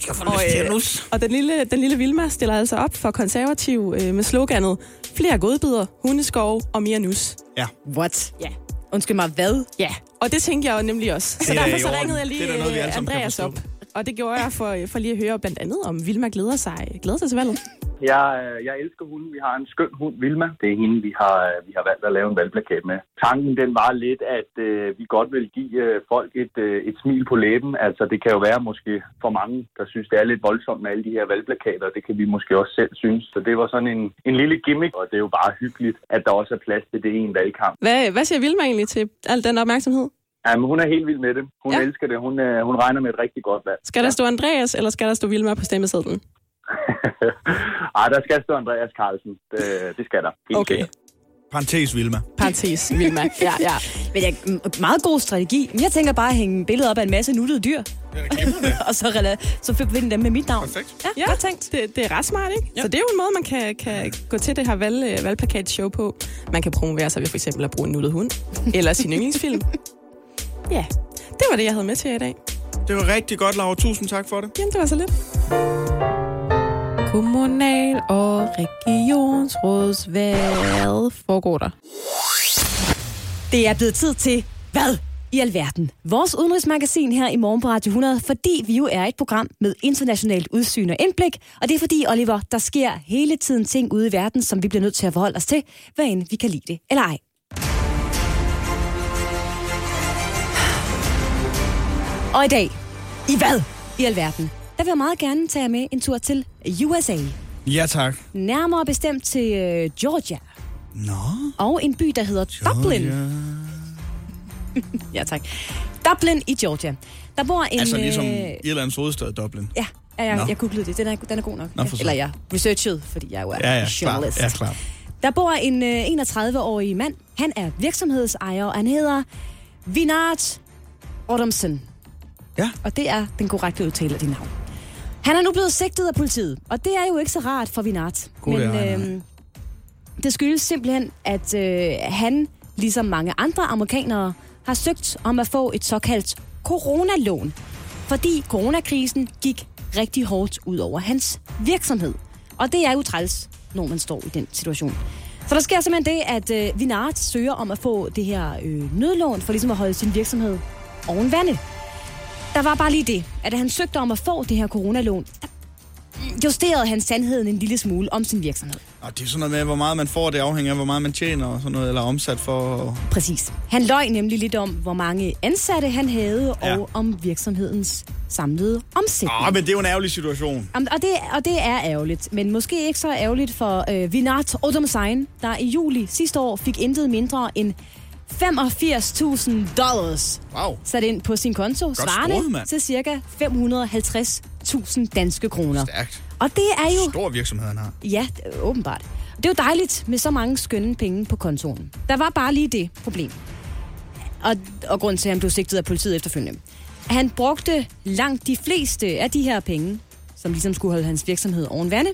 sød. Og den lille Vilma stiller altså op for Konservativ med sloganet flere godbidder, hundeskov og mere nus. Ja. What? Ja. Undskyld mig, hvad? Ja, og det tænkte jeg jo nemlig også. Så derfor så ringede jeg lige Andreas op. Og det gjorde jeg for lige at høre blandt andet, om Vilma glæder sig til valget. Jeg elsker hunden. Vi har en skøn hund, Vilma. Det er hende, vi har valgt at lave en valgplakat med. Tanken den var lidt, at vi godt vil give folk et smil på læben. Altså det kan jo være måske for mange, der synes, det er lidt voldsomt med alle de her valgplakater. Det kan vi måske også selv synes. Så det var sådan en lille gimmick, og det er jo bare hyggeligt, at der også er plads til det i en valgkamp. Hvad siger Vilma egentlig til al den opmærksomhed? Ja, men hun er helt vild med det. Hun elsker det. Hun regner med et rigtig godt valg. Skal der stå Andreas, eller skal der stå Vilma på stemmesedlen? Der skal stå Andreas Carlsen. Det skal der. Helt okay. Sikkert. Parentes Vilma. Parentes Vilma, ja. Men meget god strategi. Men jeg tænker bare at hænge billedet op af en masse nuttede dyr. Og så forbinde dem med mit navn. Perfekt. Ja, godt tænkt. Det er ret smart, ikke? Ja. Så det er jo en måde, man kan gå til det her valgplakat-show på. Man kan promovere sig ved for eksempel at bruge en nuttet hund. Eller sin yndlingsfilm. Ja, det var det, jeg havde med til i dag. Det var rigtig godt, Laura. Tusind tak for det. Jamen, det var så lidt. Kommunal- og regionsrådsvalg foregår der. Det er blevet tid til hvad? i alverden? Vores udenrigsmagasin her i morgen på Radio 100, fordi vi jo er et program med internationalt udsyn og indblik, og det er fordi, Oliver, der sker hele tiden ting ude i verden, som vi bliver nødt til at forholde os til, hvad end vi kan lide det eller ej. Og i dag, i hvad i alverden? Der vil jeg meget gerne tage jer med en tur til USA. Ja, tak. Nærmere bestemt til Georgia. Nå. Og en by, der hedder Dublin. Ja, tak. Dublin i Georgia. Der bor en... Altså ligesom Irlands hovedstad, Dublin. Ja, jeg googlede det. Den er god nok. Eller jeg researchede, fordi jeg jo er journalist. Ja, klar. Der bor en 31-årig mand. Han er virksomhedsejer, og han hedder Vinard Adamson. Ja. Og det er den korrekte udtale af dit navn. Han er nu blevet sigtet af politiet, og det er jo ikke så rart for Vinard. Men det skyldes simpelthen, at han, ligesom mange andre amerikanere, har søgt om at få et såkaldt coronalån. Fordi coronakrisen gik rigtig hårdt ud over hans virksomhed. Og det er jo træls, når man står i den situation. Så der sker simpelthen det, at Vinard søger om at få det her nødlån for ligesom at holde sin virksomhed oven vande. Der var bare lige det, at da han søgte om at få det her coronalån, justerede han sandheden en lille smule om sin virksomhed. Og det er sådan noget med, hvor meget man får, det afhænger af, hvor meget man tjener og sådan noget, eller omsat for... Præcis. Han løj nemlig lidt om, hvor mange ansatte han havde, og om virksomhedens samlede omsætning. Men det er jo en ærgerlig situation. Og det er ærgerligt, men måske ikke så ærgerligt for Vinard Adamson, der i juli sidste år fik intet mindre end $85,000 sat ind på sin konto, svarende til cirka 550.000 danske kroner. Stærkt. Og det er jo... Stor virksomhed, han har. Ja, åbenbart. Det er jo dejligt med så mange skønne penge på kontoen. Der var bare lige det problem. Og grund til, at han blev sigtet af politiet efterfølgende. Han brugte langt de fleste af de her penge, som ligesom skulle holde hans virksomhed oven vande,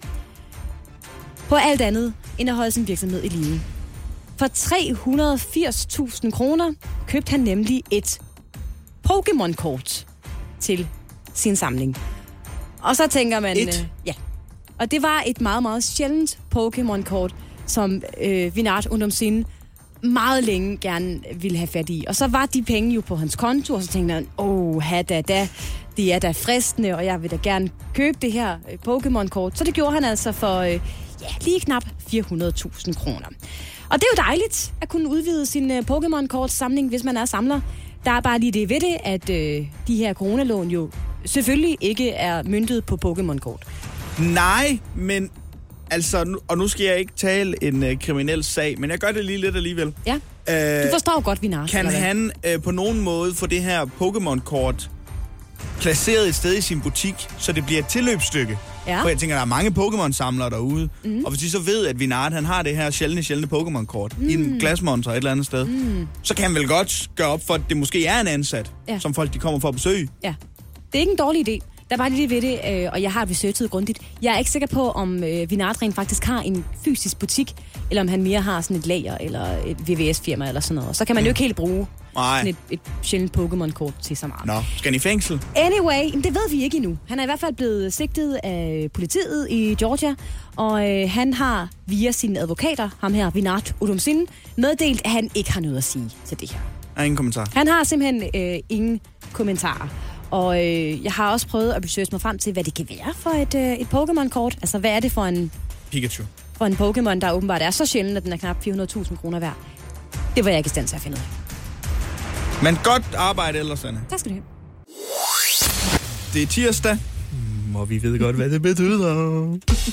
på alt andet end at holde sin virksomhed i live. For 380.000 kroner købte han nemlig et Pokémon-kort til sin samling. Og så tænker man... ja. Og det var et meget, meget sjældent Pokémon-kort, som Vinard Adamson meget længe gerne ville have fat i. Og så var de penge jo på hans konto, og så tænkte han, det er da fristende, og jeg vil da gerne købe det her Pokémon-kort. Så det gjorde han altså for lige knap 400.000 kroner. Og det er jo dejligt at kunne udvide sin Pokémon-kort-samling, hvis man er samler. Der er bare lige det ved det, at de her coronalån jo selvfølgelig ikke er møntet på Pokémon-kort. Nej, men altså, og nu skal jeg ikke tale en kriminel sag, men jeg gør det lige lidt alligevel. Ja, du forstår godt, Vinard. Kan han på nogen måde få det her Pokémon-kort placeret et sted i sin butik, så det bliver et tilløbsstykke? Ja. For jeg tænker, der er mange Pokémon-samlere derude. Og hvis de så ved, at Vinard, han har det her sjældne Pokémon-kort i en glasmonter et eller andet sted, så kan han vel godt gøre op for, at det måske er en ansat, som folk de kommer for at besøge. Ja, det er ikke en dårlig idé. Der er bare lidt ved det, og jeg har researchet grundigt. Jeg er ikke sikker på, om Vinard rent faktisk har en fysisk butik, eller om han mere har sådan et lager, eller et VVS-firma, eller sådan noget. Så kan man jo ikke helt bruge sådan et sjældent Pokémon-kort til så meget. Nå, skal han i fængsel? Anyway, det ved vi ikke endnu. Han er i hvert fald blevet sigtet af politiet i Georgia, og han har via sine advokater, ham her, Vinard Adamson, meddelt, at han ikke har noget at sige til det her. Ingen kommentar. Han har simpelthen ingen kommentarer. Og jeg har også prøvet at researche mig frem til, hvad det kan være for et Pokémon-kort. Altså, hvad er det for en... Pikachu. For en Pokémon, der åbenbart er så sjældent, at den er knap 400.000 kroner værd. Det var jeg ikke i stand til at finde ud af. Men godt arbejde ellers, Anne. Tak skal du have. Det er tirsdag, og vi ved godt, hvad det betyder.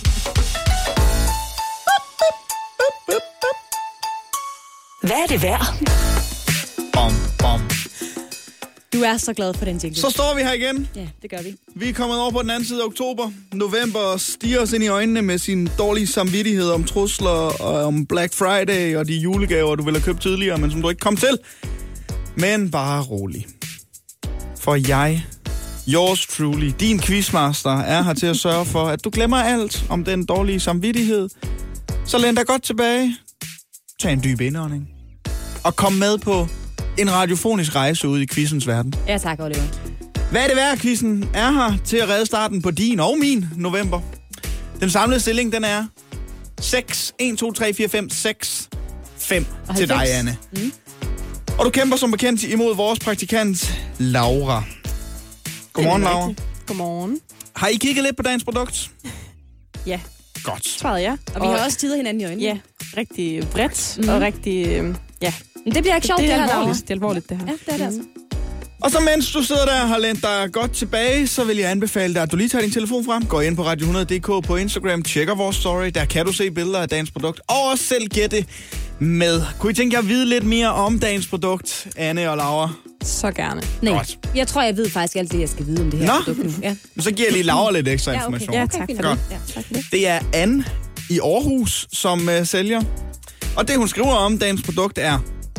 Hvad er det værd? Bom, bom. Du er så glad for den jingle. Så står vi her igen. Ja, det gør vi. Vi er kommet over på den anden side af oktober. November stiger os ind i øjnene med sin dårlige samvittighed om trusler og om Black Friday og de julegaver, du ville have købt tidligere, men som du ikke kom til. Men bare rolig. For jeg, yours truly, din quizmaster, er her til at sørge for, at du glemmer alt om den dårlige samvittighed. Så læn dig godt tilbage. Tag en dyb indånding. Og kom med på en radiofonisk rejse ud i quizens verden. Ja, tak, Oliver. Hvad er det værd? Quizzen er her til at redde starten på din og min november. Den samlede stilling, den er 6. 1, 2, 3, 4, 5, 6, 5 til dig, Anne. Og du kæmper som bekendt imod vores praktikant, Laura. Godmorgen, Laura. Godmorgen. Har I kigget lidt på dagens produkt? Ja. Godt. Svaret ja. Og vi har også tidet hinanden i øjnene. Ja, rigtig bredt og rigtig... ja. Men det bliver ikke sjovt, det her, alvorligt. Laura. Det er alvorligt, det her. Ja, det er det altså. Og så mens du sidder der og har lænt dig godt tilbage, så vil jeg anbefale dig, at du lige tager din telefon frem, går ind på radio100.dk på Instagram, tjekker vores story, der kan du se billeder af dagens produkt, og også selv gætte med. Kunne I tænke jer at vide lidt mere om dagens produkt, Anne og Laura? Så gerne. Nej, godt. Jeg tror, jeg ved faktisk alt det, jeg skal vide om det her produkt nu. Ja. Så giver jeg lige Laura lidt ekstra Ja, okay. information. Ja, tak for Godt. det. Ja, tak for det. Det er Anne i Aarhus, som sælger. Og det, hun skriver om dagens produkt, er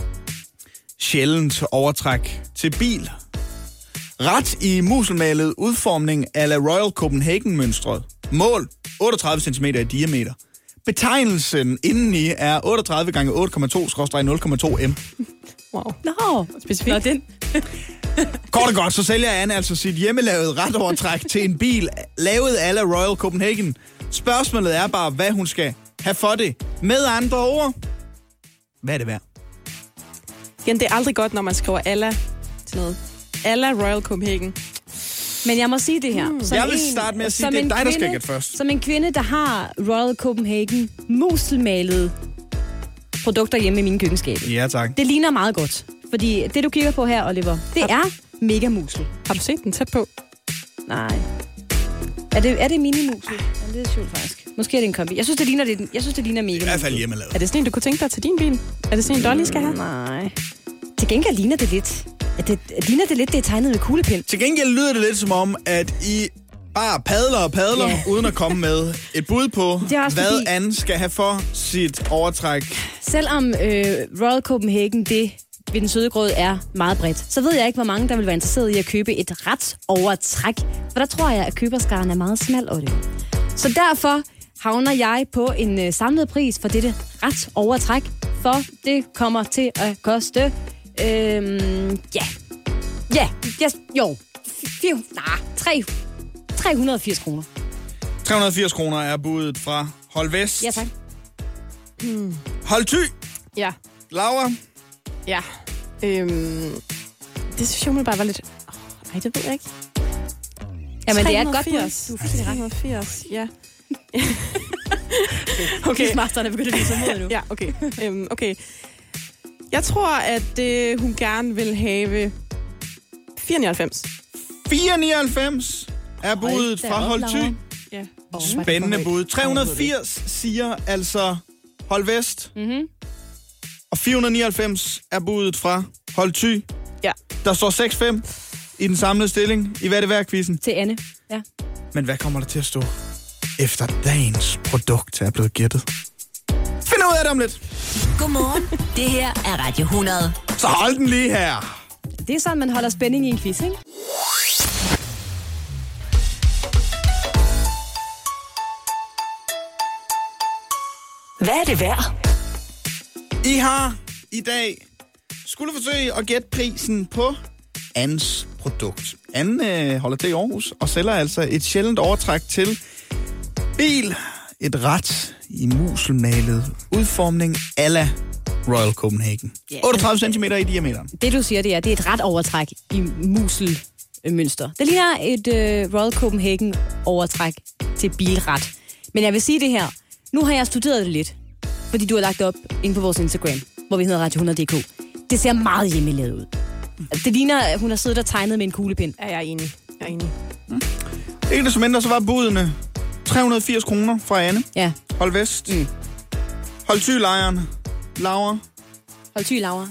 sjældent overtræk til bil. Ret i muselmalet udformning a la Royal Copenhagen-mønstret. Mål 38 cm i diameter. Betegnelsen indeni er 38 x 8,2/0,2 m. Wow. Nå, Specifikt. Nå, den. Kort og godt, så sælger Anne altså sit hjemmelavede retovertræk til en bil, lavet a la Royal Copenhagen. Spørgsmålet er bare, hvad hun skal have for det. Med andre ord, hvad er det værd? Igen, det er aldrig godt, når man skriver alla til noget. Alla Royal Copenhagen. Men jeg må sige det her. Jeg vil starte med at sige, det er dig, der skal gætte først. Som en kvinde, der har Royal Copenhagen muselmalede produkter hjemme i mine køkkenskabe. Ja, tak. Det ligner meget godt. Fordi det, du kigger på her, Oliver, det er mega musel. Har du set den tæt på? Nej. Er det mini-musel? Ja, det er sjovt faktisk. Måske er det en kombi. Jeg synes, det ligner mega. I hvert fald hjemmelavet. Er det sådan en, du kunne tænke dig til din bil? Er det sådan en, Dolly skal have? Nej. Til gengæld ligner det lidt. Det er tegnet med kuglepind. Til gengæld lyder det lidt som om, at I bare padler, uden at komme med et bud på, hvad Anne skal have for sit overtræk. Selvom Royal Copenhagen, det ved den søde grød er meget bredt, så ved jeg ikke, hvor mange, der vil være interesseret i at købe et ret overtræk. For der tror jeg, at køberskaren er meget smal, Oliver. Så derfor havner jeg på en samlet pris for dette ret overtræk, for det kommer til at koste... 380 kroner. 380 kroner er budet fra Hold Vest. Ja, tak. Hold Thy. Ja. Laura. Ja. Det synes jeg bare var lidt... Nej, det ved jeg ikke. Jamen, det er et godt bud. 380, ja. Okay. Quizmasteren er begyndt at vise mod nu. Ja, okay. Okay. Jeg tror, at hun gerne vil have 4,99. 4,99 er budet fra Hold Thy. Ja. Spændende bud. 380 siger altså Hold Vest. Mm-hmm. Og 499 er budet fra Hold Thy. Ja. Der står 6-5 i den samlede stilling i Hvad er det værd-quizzen. Til Anne, ja. Men hvad kommer der til at stå, efter dagens produkt er blevet gættet? Find ud af det om lidt. Godmorgen. Det her er Radio 100. Så hold den lige her. Det er sådan, man holder spænding i en quiz, ikke? Hvad er det værd? I har i dag skulle forsøge at gætte prisen på Annes produkt. Anne holder til i Aarhus og sælger altså et sjældent overtræk til bil. Et ret i muselmalet udformning a la Royal Copenhagen. 38 cm i diameteren. Det, du siger, det er et ret overtræk i muselmønster. Det ligner et Royal Copenhagen overtræk til bilret. Men jeg vil sige det her. Nu har jeg studeret det lidt, fordi du har lagt det op inde på vores Instagram, hvor vi hedder radio100.dk. Det ser meget hjemmelavet ud. Det ligner, at hun har siddet og tegnet med en kuglepind. Ja, jeg er enig. Ikke desto mindre, så var budene 380 kroner fra Anne. Ja. Hold Vest. Hold Thy-lejren. Laura. Hold Thy, Laura.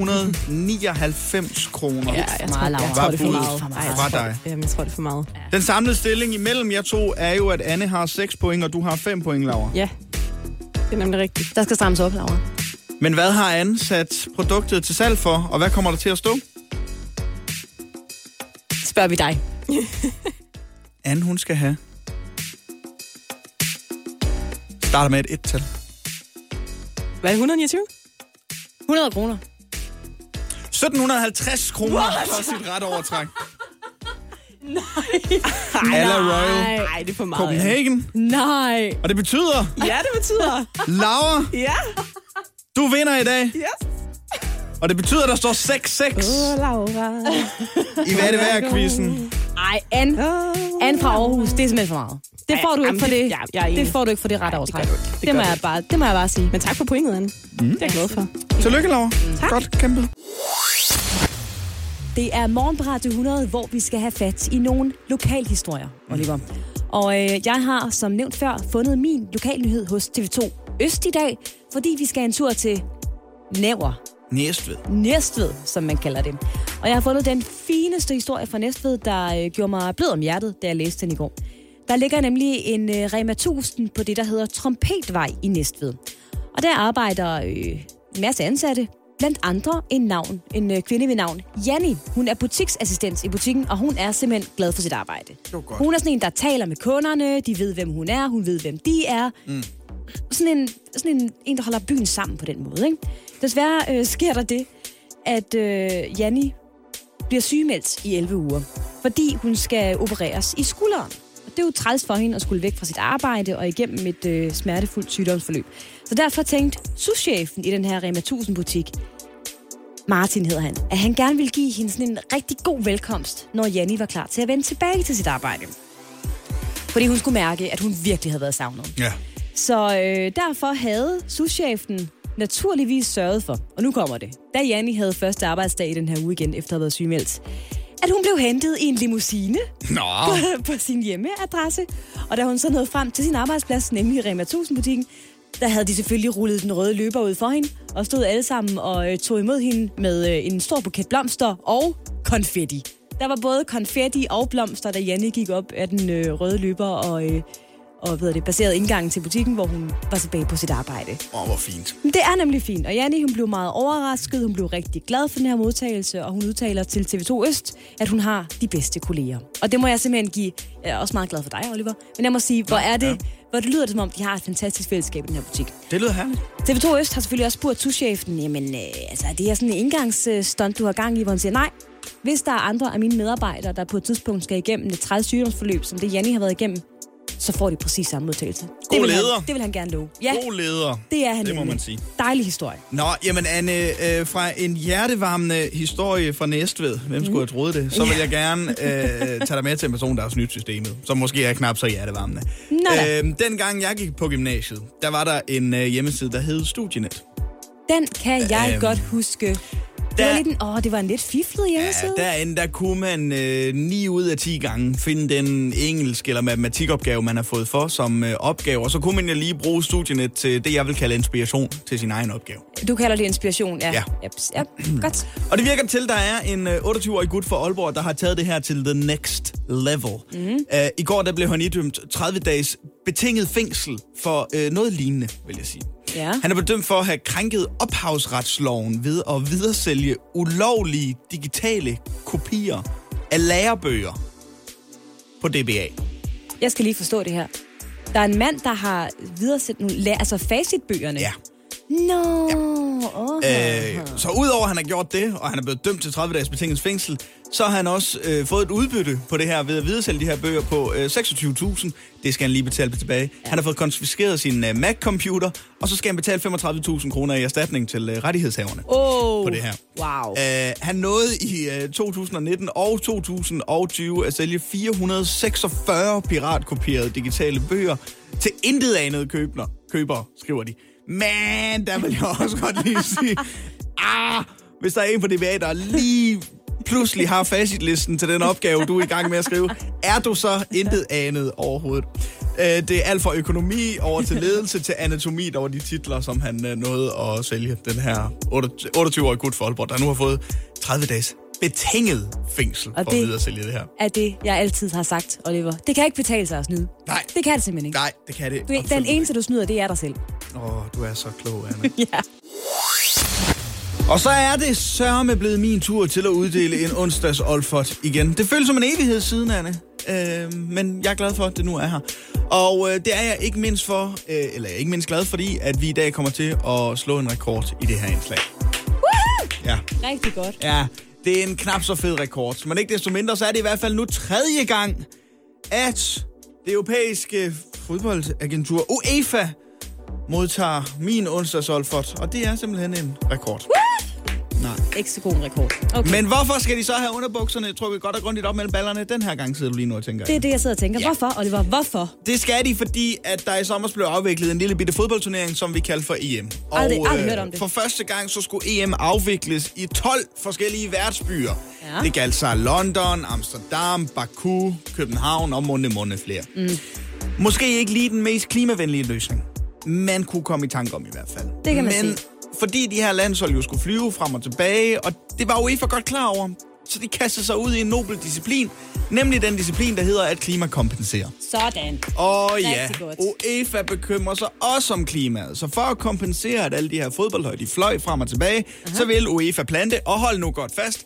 499 kroner. Ja, jeg tror, det er for meget. Fra dig. Jamen, jeg tror, det er for meget. Den samlede stilling imellem jer to er jo, at Anne har 6 point, og du har 5 point, Laura. Ja, det er nemlig rigtigt. Der skal strammes op, Laura. Men hvad har Anne sat produktet til salg for, og hvad kommer der til at stå? Spørger vi dig. Anne, hun skal have... Starter med et 1-tal. Hvad er 129? 100 kroner. 1750 kroner for sit ret overtræk. Nej. Alla Royal Nej, det er for meget. Copenhagen. Nej. Og det betyder... Ja, det betyder... Laura, Ja. du vinder i dag. Yes. Og det betyder, at der står 6-6. Laura. I hvad er det værd-quizzen? Ej, Anne fra Aarhus, det er simpelthen for meget. Det får du ikke for det. Det får du ikke for det rette overtræk. Det må jeg bare sige. Men tak for pointet, Anne. Det er jeg glad for. Tillykke, Laura. Tak. Godt kæmpet. Det er morgen på Radio 100, hvor vi skal have fat i nogle lokalhistorier, Oliver. Og jeg har, som nævnt før, fundet min lokalnyhed hos TV2 Øst i dag, fordi vi skal en tur til Næstved, som man kalder det. Og jeg har fundet den fineste historie fra Næstved, der gjorde mig blød om hjertet, da jeg læste den i går. Der ligger nemlig en Rema 1000 på det, der hedder Trompetvej i Næstved. Og der arbejder en masse ansatte, blandt andre en kvinde ved navn Janni. Hun er butiksassistent i butikken, og hun er simpelthen glad for sit arbejde. Hun er sådan en, der taler med kunderne, de ved, hvem hun er, hun ved, hvem de er. Sådan en, der holder byen sammen på den måde, ikke? Desværre sker der det, at Janni bliver sygemeldt i 11 uger, fordi hun skal opereres i skulderen. Og det er jo træls for hende at skulle væk fra sit arbejde og igennem et smertefuldt sygdomsforløb. Så derfor tænkte souschefen i den her Rema 1000-butik, Martin hedder han, at han gerne ville give hende sådan en rigtig god velkomst, når Janni var klar til at vende tilbage til sit arbejde. Fordi hun skulle mærke, at hun virkelig havde været savnet. Ja. Så derfor havde souschefen naturligvis sørget for, og nu kommer det, da Janni havde første arbejdsdag i den her uge igen, efter at have været sygemeldt, at hun blev hentet i en limousine på sin hjemmeadresse. Og da hun så nåede frem til sin arbejdsplads, nemlig Rema 1000-butikken, der havde de selvfølgelig rullet den røde løber ud for hende, og stod alle sammen og tog imod hende med en stor buket blomster og konfetti. Der var både konfetti og blomster, da Janni gik op af den røde løber og baserede indgangen til butikken, hvor hun var tilbage på sit arbejde. Hvor fint. Det er nemlig fint, og Janni, hun blev meget overrasket, hun blev rigtig glad for den her modtagelse, og hun udtaler til TV2 Øst, at hun har de bedste kolleger. Og det må jeg simpelthen give, jeg er også meget glad for dig, Oliver, men jeg må sige, hvor det lyder det, som om de har et fantastisk fællesskab i den her butik. Det lyder herligt. TV2 Øst har selvfølgelig også spurgt souschefen, jamen, det er sådan en engangsstunt, du har gang i, hvor han siger, nej, hvis der er andre af mine medarbejdere, der på et tidspunkt skal igennem et 30 sygdomsforløb, som det Janni har været igennem, så får de præcis samme modtagelse. God leder. Det vil han gerne love. Ja, god leder. Det er han. Det må man sige. Dejlig historie. Nå, jamen Anne, fra en hjertevarmende historie fra Næstved, hvem skulle have troet det, så vil jeg gerne tage dig med til en person, der har snydt systemet, som måske er knap så hjertevarmende. Dengang jeg gik på gymnasiet, der var der en hjemmeside, der hed Studienet. Den kan jeg godt huske. Det var en lidt fiflet hjemmeside. Ja, derinde, der kunne man 9 ud af 10 gange finde den engelsk- eller matematikopgave, man har fået for som opgave. Og så kunne man jo lige bruge Studienet til det, jeg vil kalde inspiration til sin egen opgave. Du kalder det inspiration, ja. Ja, godt. Og det virker til, at der er en 28-årig gut fra Aalborg, der har taget det her til the next level. I går der blev han idømt 30 dages betinget fængsel for noget lignende, vil jeg sige. Ja. Han er bedømt for at have krænket ophavsretsloven ved at videresælge ulovlige digitale kopier af lærebøger på DBA. Jeg skal lige forstå det her. Der er en mand, der har videresendt nogle facitbøgerne. Ja. No. Så udover at han har gjort det, og han er blevet dømt til 30 dages betinget fængsel, så har han også fået et udbytte på det her ved at videresælge de her bøger på 26.000. Det skal han lige betale tilbage. Ja. Han har fået konfiskeret sin Mac-computer, og så skal han betale 35.000 kroner i erstatning til rettighedshaverne på det her. Wow. Han nåede i 2019 og 2020 at sælge 446 piratkopierede digitale bøger til intetanede købere, skriver de. Men der vil jeg også godt lige sige, hvis der er en på DBA, der lige pludselig har facitlisten til den opgave, du er i gang med at skrive, er du så intet anet overhovedet. Det er alt fra økonomi over til ledelse til anatomi, der var de titler, som han nåede at sælge. Den her 28-årige gut for Aalborg, der nu har fået 30 dages betinget fængsel for at videre sælge det her. Er det, jeg altid har sagt, Oliver. Det kan ikke betale sig at snyde. Nej. Det kan det simpelthen ikke. Nej, det kan det. Den eneste, du snyder, det er dig selv. Du er så klog, Anna. Ja. Og så er det sørme blevet min tur til at uddele en onsdags Olfert igen. Det føles som en evighed siden, Anne. Men jeg er glad for, at det nu er her. Og det er jeg ikke mindst glad, fordi at vi i dag kommer til at slå en rekord i det her indslag. Woohoo! Ja. Rigtig godt. Ja, det er en knap så fed rekord. Men ikke desto mindre, så er det i hvert fald nu 3. gang, at det europæiske fodboldagentur UEFA modtager min onsdags Olfert. Og det er simpelthen en rekord. Nej. Ikke så god en rekord. Okay. Men hvorfor skal de så have underbukserne trukket godt og grundigt op mellem ballerne den her gang, sidder du lige nu og tænker? Det er det, jeg sidder og tænker. Ja. Hvorfor, Oliver? Hvorfor? Det skal de, fordi at der i sommer blev afviklet en lille bitte fodboldturnering, som vi kalder for EM. Aldrig hørt om det. For første gang så skulle EM afvikles i 12 forskellige værtsbyer. Ja. Det galt sig London, Amsterdam, Baku, København og mange flere. Måske ikke lige den mest klimavenlige løsning. Man kunne komme i tanke om i hvert fald. Det kan man sige. Fordi de her landshold jo skulle flyve frem og tilbage, og det var UEFA godt klar over, så de kastede sig ud i en nobel disciplin, nemlig den disciplin, der hedder at klimakompensere. Sådan. Og ja, UEFA bekymrer sig også om klimaet, så for at kompensere, at alle de her fodboldhold, de fløj frem og tilbage, så vil UEFA plante, og hold nu godt fast,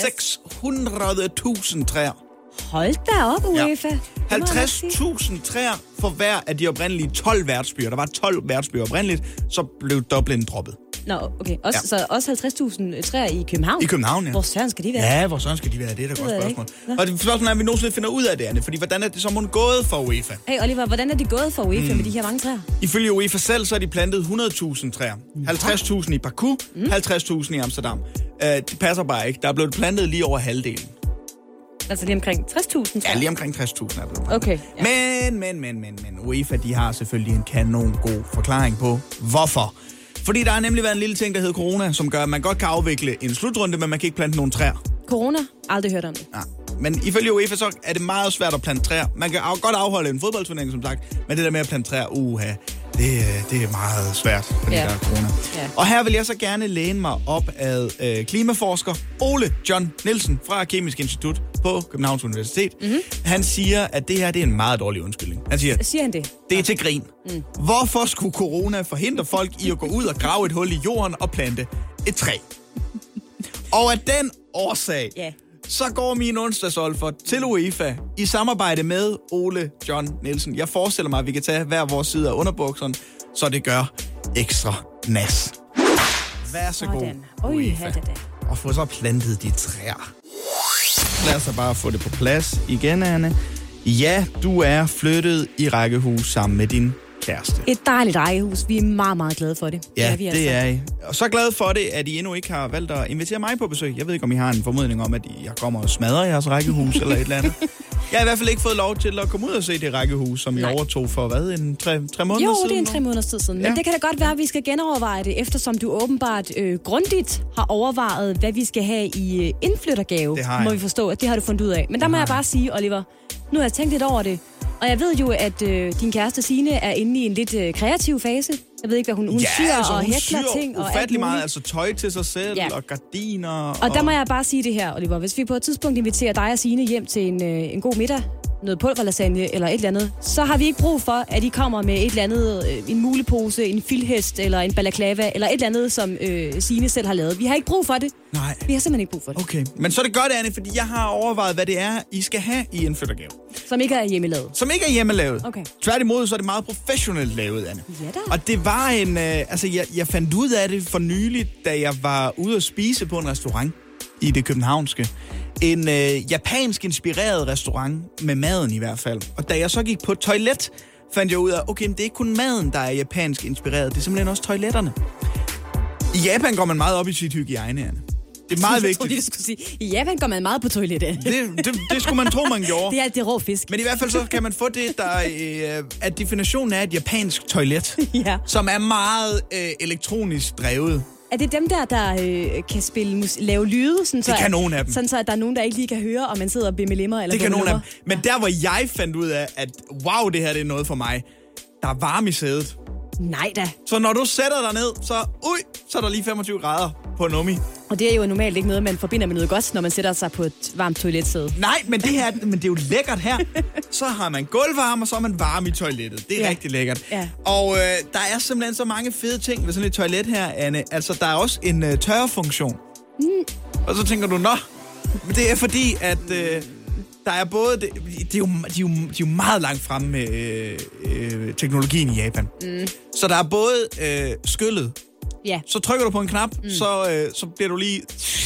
600.000 træer. Hold da op, UEFA. Ja. 50.000 træer for hver af de oprindelige 12 værtsbyer. Der var 12 værtsbyer oprindeligt, så blev Dublin droppet. Nå, okay. Så også 50.000 træer i København? I København, ja. Hvor søren skal de være? Ja, hvor søren skal de være? Det er da godt spørgsmål. Og det spørgsmål er, at vi nogensinde finder ud af det, Anne. Fordi hvordan er det så gået for UEFA? Hey Oliver, hvordan er det gået for UEFA med de her mange træer? Ifølge UEFA selv, så er de plantet 100.000 træer. 50.000 i Baku, 50.000 i Amsterdam. Det passer bare ikke. Der er blevet plantet lige over halvdelen. Altså lige omkring 60.000? Ja, lige omkring 60.000 er blevet. Okay. Ja. Men UEFA, de har selvfølgelig en kanon god forklaring på, hvorfor. Fordi der har nemlig været en lille ting, der hedder corona, som gør, at man godt kan afvikle en slutrunde, men man kan ikke plante nogen træer. Corona? Aldrig hørt om det. Ja. Men ifølge UEFA, så er det meget svært at plante træer. Man kan godt afholde en fodboldturnering, som sagt, men det der med at plante træer, det er meget svært, fordi der er corona. Ja. Og her vil jeg så gerne læne mig op af klimaforsker Ole John Nielsen fra Kemisk Institut på Københavns Universitet. Han siger, at det her det er en meget dårlig undskyldning. Han siger han det? Det er til grin. Hvorfor skulle corona forhindre folk i at gå ud og grave et hul i jorden og plante et træ? Og af den årsag, så går min onsdagsolfer til UEFA i samarbejde med Ole John Nielsen. Jeg forestiller mig, at vi kan tage hver vores side af underbukserne, så det gør ekstra nas. Vær så god, UEFA. Og få så plantet de træer. Lad os så bare få det på plads igen, Anne. Ja, du er flyttet i rækkehus sammen med din kæreste. Et dejligt rækkehus. Vi er meget, meget glade for det. Ja, det er I. Og så glad for det, at I endnu ikke har valgt at invitere mig på besøg. Jeg ved ikke, om I har en formodning om, at jeg kommer og smadrer jeres rækkehus eller et eller andet. Jeg har i hvert fald ikke fået lov til at komme ud og se det rækkehus, som I overtog for, hvad, en 3 måneder siden? Jo, det er en 3 måneders tid siden. Men det kan da godt være, at vi skal genoverveje det, eftersom du åbenbart grundigt har overvejet, hvad vi skal have i indflyttergave. Det har jeg. Må vi forstå, at det har du fundet ud af. Men der må jeg bare sige, Oliver, nu har jeg tænkt lidt over det. Og jeg ved jo, at din kæreste Signe er inde i en lidt kreativ fase. Jeg ved ikke, hvad hun syr altså, og hækler ting. Og ufattelig meget, altså tøj til sig selv og gardiner. Og der må jeg bare sige det her, Oliver. Hvis vi på et tidspunkt inviterer dig og Signe hjem til en god middag, noget pulverlasagne eller et eller andet, så har vi ikke brug for, at I kommer med et eller andet, en mulepose, en filhest eller en balaklava, eller et eller andet, som Signe selv har lavet. Vi har ikke brug for det. Nej. Vi har simpelthen ikke brug for det. Okay, men så er det godt, Anne, fordi jeg har overvejet, hvad det er, I skal have i indflyttergave. Som ikke er hjemmelavet? Som ikke er hjemmelavet. Okay. Tværtimod, så er det meget professionelt lavet, Anne. Ja da. Og det var en... jeg fandt ud af det for nyligt, da jeg var ude at spise på en restaurant i det københavnske. En japansk inspireret restaurant, med maden i hvert fald. Og da jeg så gik på toilet, fandt jeg ud af, okay, det er ikke kun maden, der er japansk inspireret. Det er simpelthen også toiletterne. I Japan går man meget op i sit hygiejne, Anne. Det er meget vigtigt. Jeg troede, du skulle sige, i Japan går man meget på toilettet. Det skulle man tro, man gjorde. Det er rå fisk. Men i hvert fald så kan man få det, der at definitionen er et japansk toilet, som er meget elektronisk drevet. Er det dem der kan lave lyde? Sådan, det kan nogen af dem. Sådan så, at der er nogen, der ikke lige kan høre, om man sidder og bimmelimmer eller det kan nogen af dem. Men der, hvor jeg fandt ud af, at wow, det her det er noget for mig, der er varme i sædet. Nej da. Så når du sætter dig ned, så er der lige 25 grader på nummi. Og det er jo normalt ikke noget, man forbinder med noget godt, når man sætter sig på et varmt toiletsæde. Nej, men det er jo lækkert her. Så har man gulvvarme, og så har man varme i toilettet. Det er rigtig lækkert. Ja. Og der er simpelthen så mange fede ting ved sådan et toilet her, Anne. Altså, der er også en tørrefunktion. Og så tænker du, men det er fordi, at... der er både... De er jo meget langt fremme med teknologien i Japan. Så der er både skyllet. Ja. Så trykker du på en knap, så bliver du lige...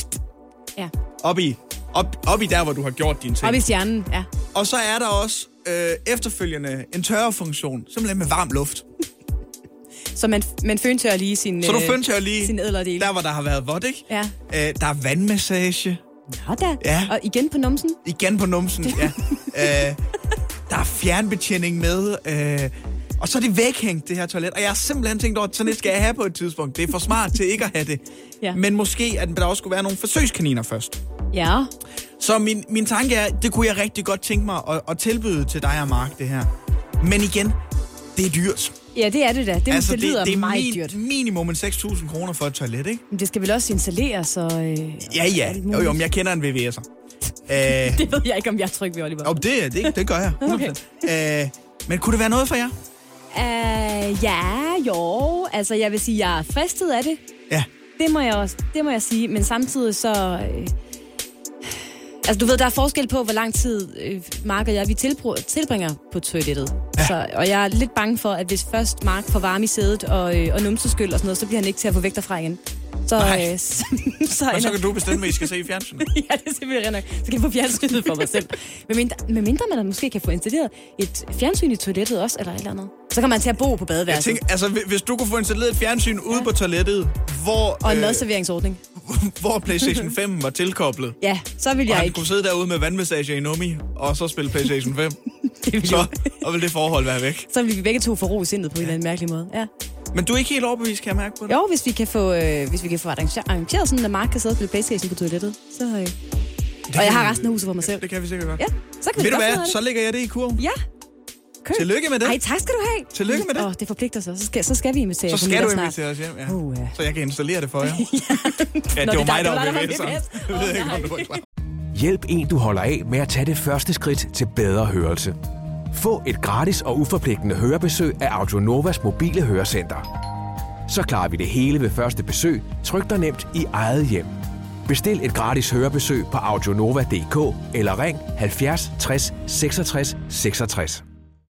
Op i der, hvor du har gjort dine ting. Op i stjernen, ja. Og så er der også efterfølgende en tørrefunktion, simpelthen med varm luft. Så man føntørrer lige sin Så du føntørrer lige sin ædlerdele. Der, hvor der har været vådt, ikke? Ja. Der er vandmassage. Nå da. Ja. Og igen på numsen. Igen på numsen, ja. Der er fjernbetjening med. Og så er det væghængt, det her toilet. Og jeg har simpelthen tænkt over, at sådan et skal jeg have på et tidspunkt. Det er for smart til ikke at have det. Ja. Men måske, at der også skulle være nogle forsøgskaniner først. Ja. Så min tanke er, det kunne jeg rigtig godt tænke mig at tilbyde til dig og Mark, det her. Men igen, det er dyrt. Ja, det er det da. Det lyder meget dyrt. Det er minimum 6.000 kroner for et toilet, ikke? Men det skal vel også installeres, så... Ja. Jo, men jeg kender en VVS'er. Det ved jeg ikke, om jeg er tryg ved, Oliver. Det gør jeg. 100%. Okay. Men kunne det være noget for jer? Jo. Altså, jeg vil sige, jeg er fristet af det. Ja. Det må jeg sige. Men samtidig så... Altså, du ved, der er forskel på, hvor lang tid Mark og jeg, vi tilbringer på toilettet. Ja. Og jeg er lidt bange for, at hvis først Mark får varme i sædet og numseskyld og sådan noget, så bliver han ikke til at få væk derfra igen. Så kan du bestemme, at I skal se i fjernsynet. Ja, det er simpelthen nok. Så kan jeg få fjernsynet for mig selv. Med mindre man måske kan få installeret et fjernsyn i toilettet også, eller et eller andet. Så kan man til at bo på badeværelset. Jeg tænker, altså, hvis du kunne få installeret et fjernsyn ude på toilettet, hvor... Og en madserveringsordning. Hvor PlayStation 5 var tilkoblet. Ja, så vil jeg og ikke. Og kunne sidde derude med vandmassage i nummi, og så spille PlayStation 5. Og vil det forhold være væk. Så vil vi begge to få ro i sindet på en eller anden mærkelig måde. Ja. Men du er ikke helt overbevist, kan jeg mærke på det? Jo, hvis vi kan få arrangeret sådan, at Mark kan sidde og spille PlayStation på toilettet. Så, og jeg har resten af huset for mig selv. Det kan vi sikkert godt. Ja, så kan vi godt. Ved du hvad, så lægger jeg det i kurven. Ja. Køb. Tillykke med det. Ej, tak skal du have. Tillykke med det. Det forpligter sig. Så skal vi invitere. Så skal du invitere os hjem, ja. Så jeg kan installere det for jer. Ja, det var mig, der var bevidst. Jeg ved ikke, om du var klar. Hjælp en, du holder af med at tage det første skridt til bedre hørelse. Få et gratis og uforpligtende hørebesøg af Audionovas mobile hørecenter. Så klarer vi det hele ved første besøg, tryk dig nemt i eget hjem. Bestil et gratis hørebesøg på audionova.dk eller ring 70 60 66 66.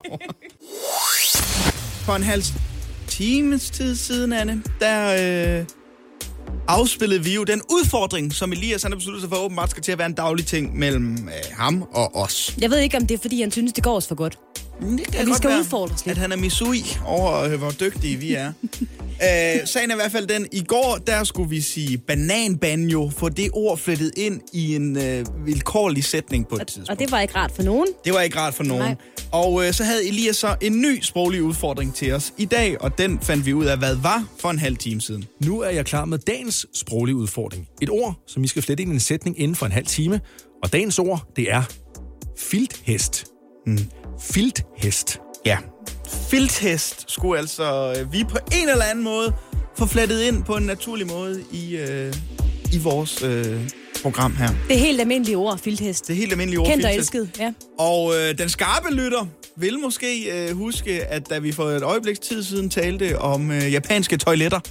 For en halv times tid siden, Anne, der afspillede vi jo den udfordring, som Elias han har besluttet sig for åbenbart skal til at være en daglig ting mellem ham og os. Jeg ved ikke, om det er, fordi han synes, det går os for godt. Det kan vi skal være, udfordres lidt. At han er misui over, hvor dygtige vi er. Sagen er i hvert fald den, i går, der skulle vi sige bananbanjo, få det ord flettet ind i en vilkårlig sætning på et tidspunkt. Og det var ikke rart for nogen. Det var ikke rart for nogen. Nej. Og så havde Elias så en ny sproglig udfordring til os i dag, og den fandt vi ud af, hvad var for en halv time siden. Nu er jeg klar med dagens sproglige udfordring. Et ord, som I skal flette ind i en sætning inden for en halv time. Og dagens ord, det er filthest. Filthest. Ja. Filthest skulle altså vi på en eller anden måde få flettet ind på en naturlig måde i vores program her. Det er helt almindelige ord, filthest. Det er helt almindelige ord, kendt og elsket, ja. Og den skarpe lytter vil måske huske, at da vi for et øjebliks tid siden talte om japanske toiletter,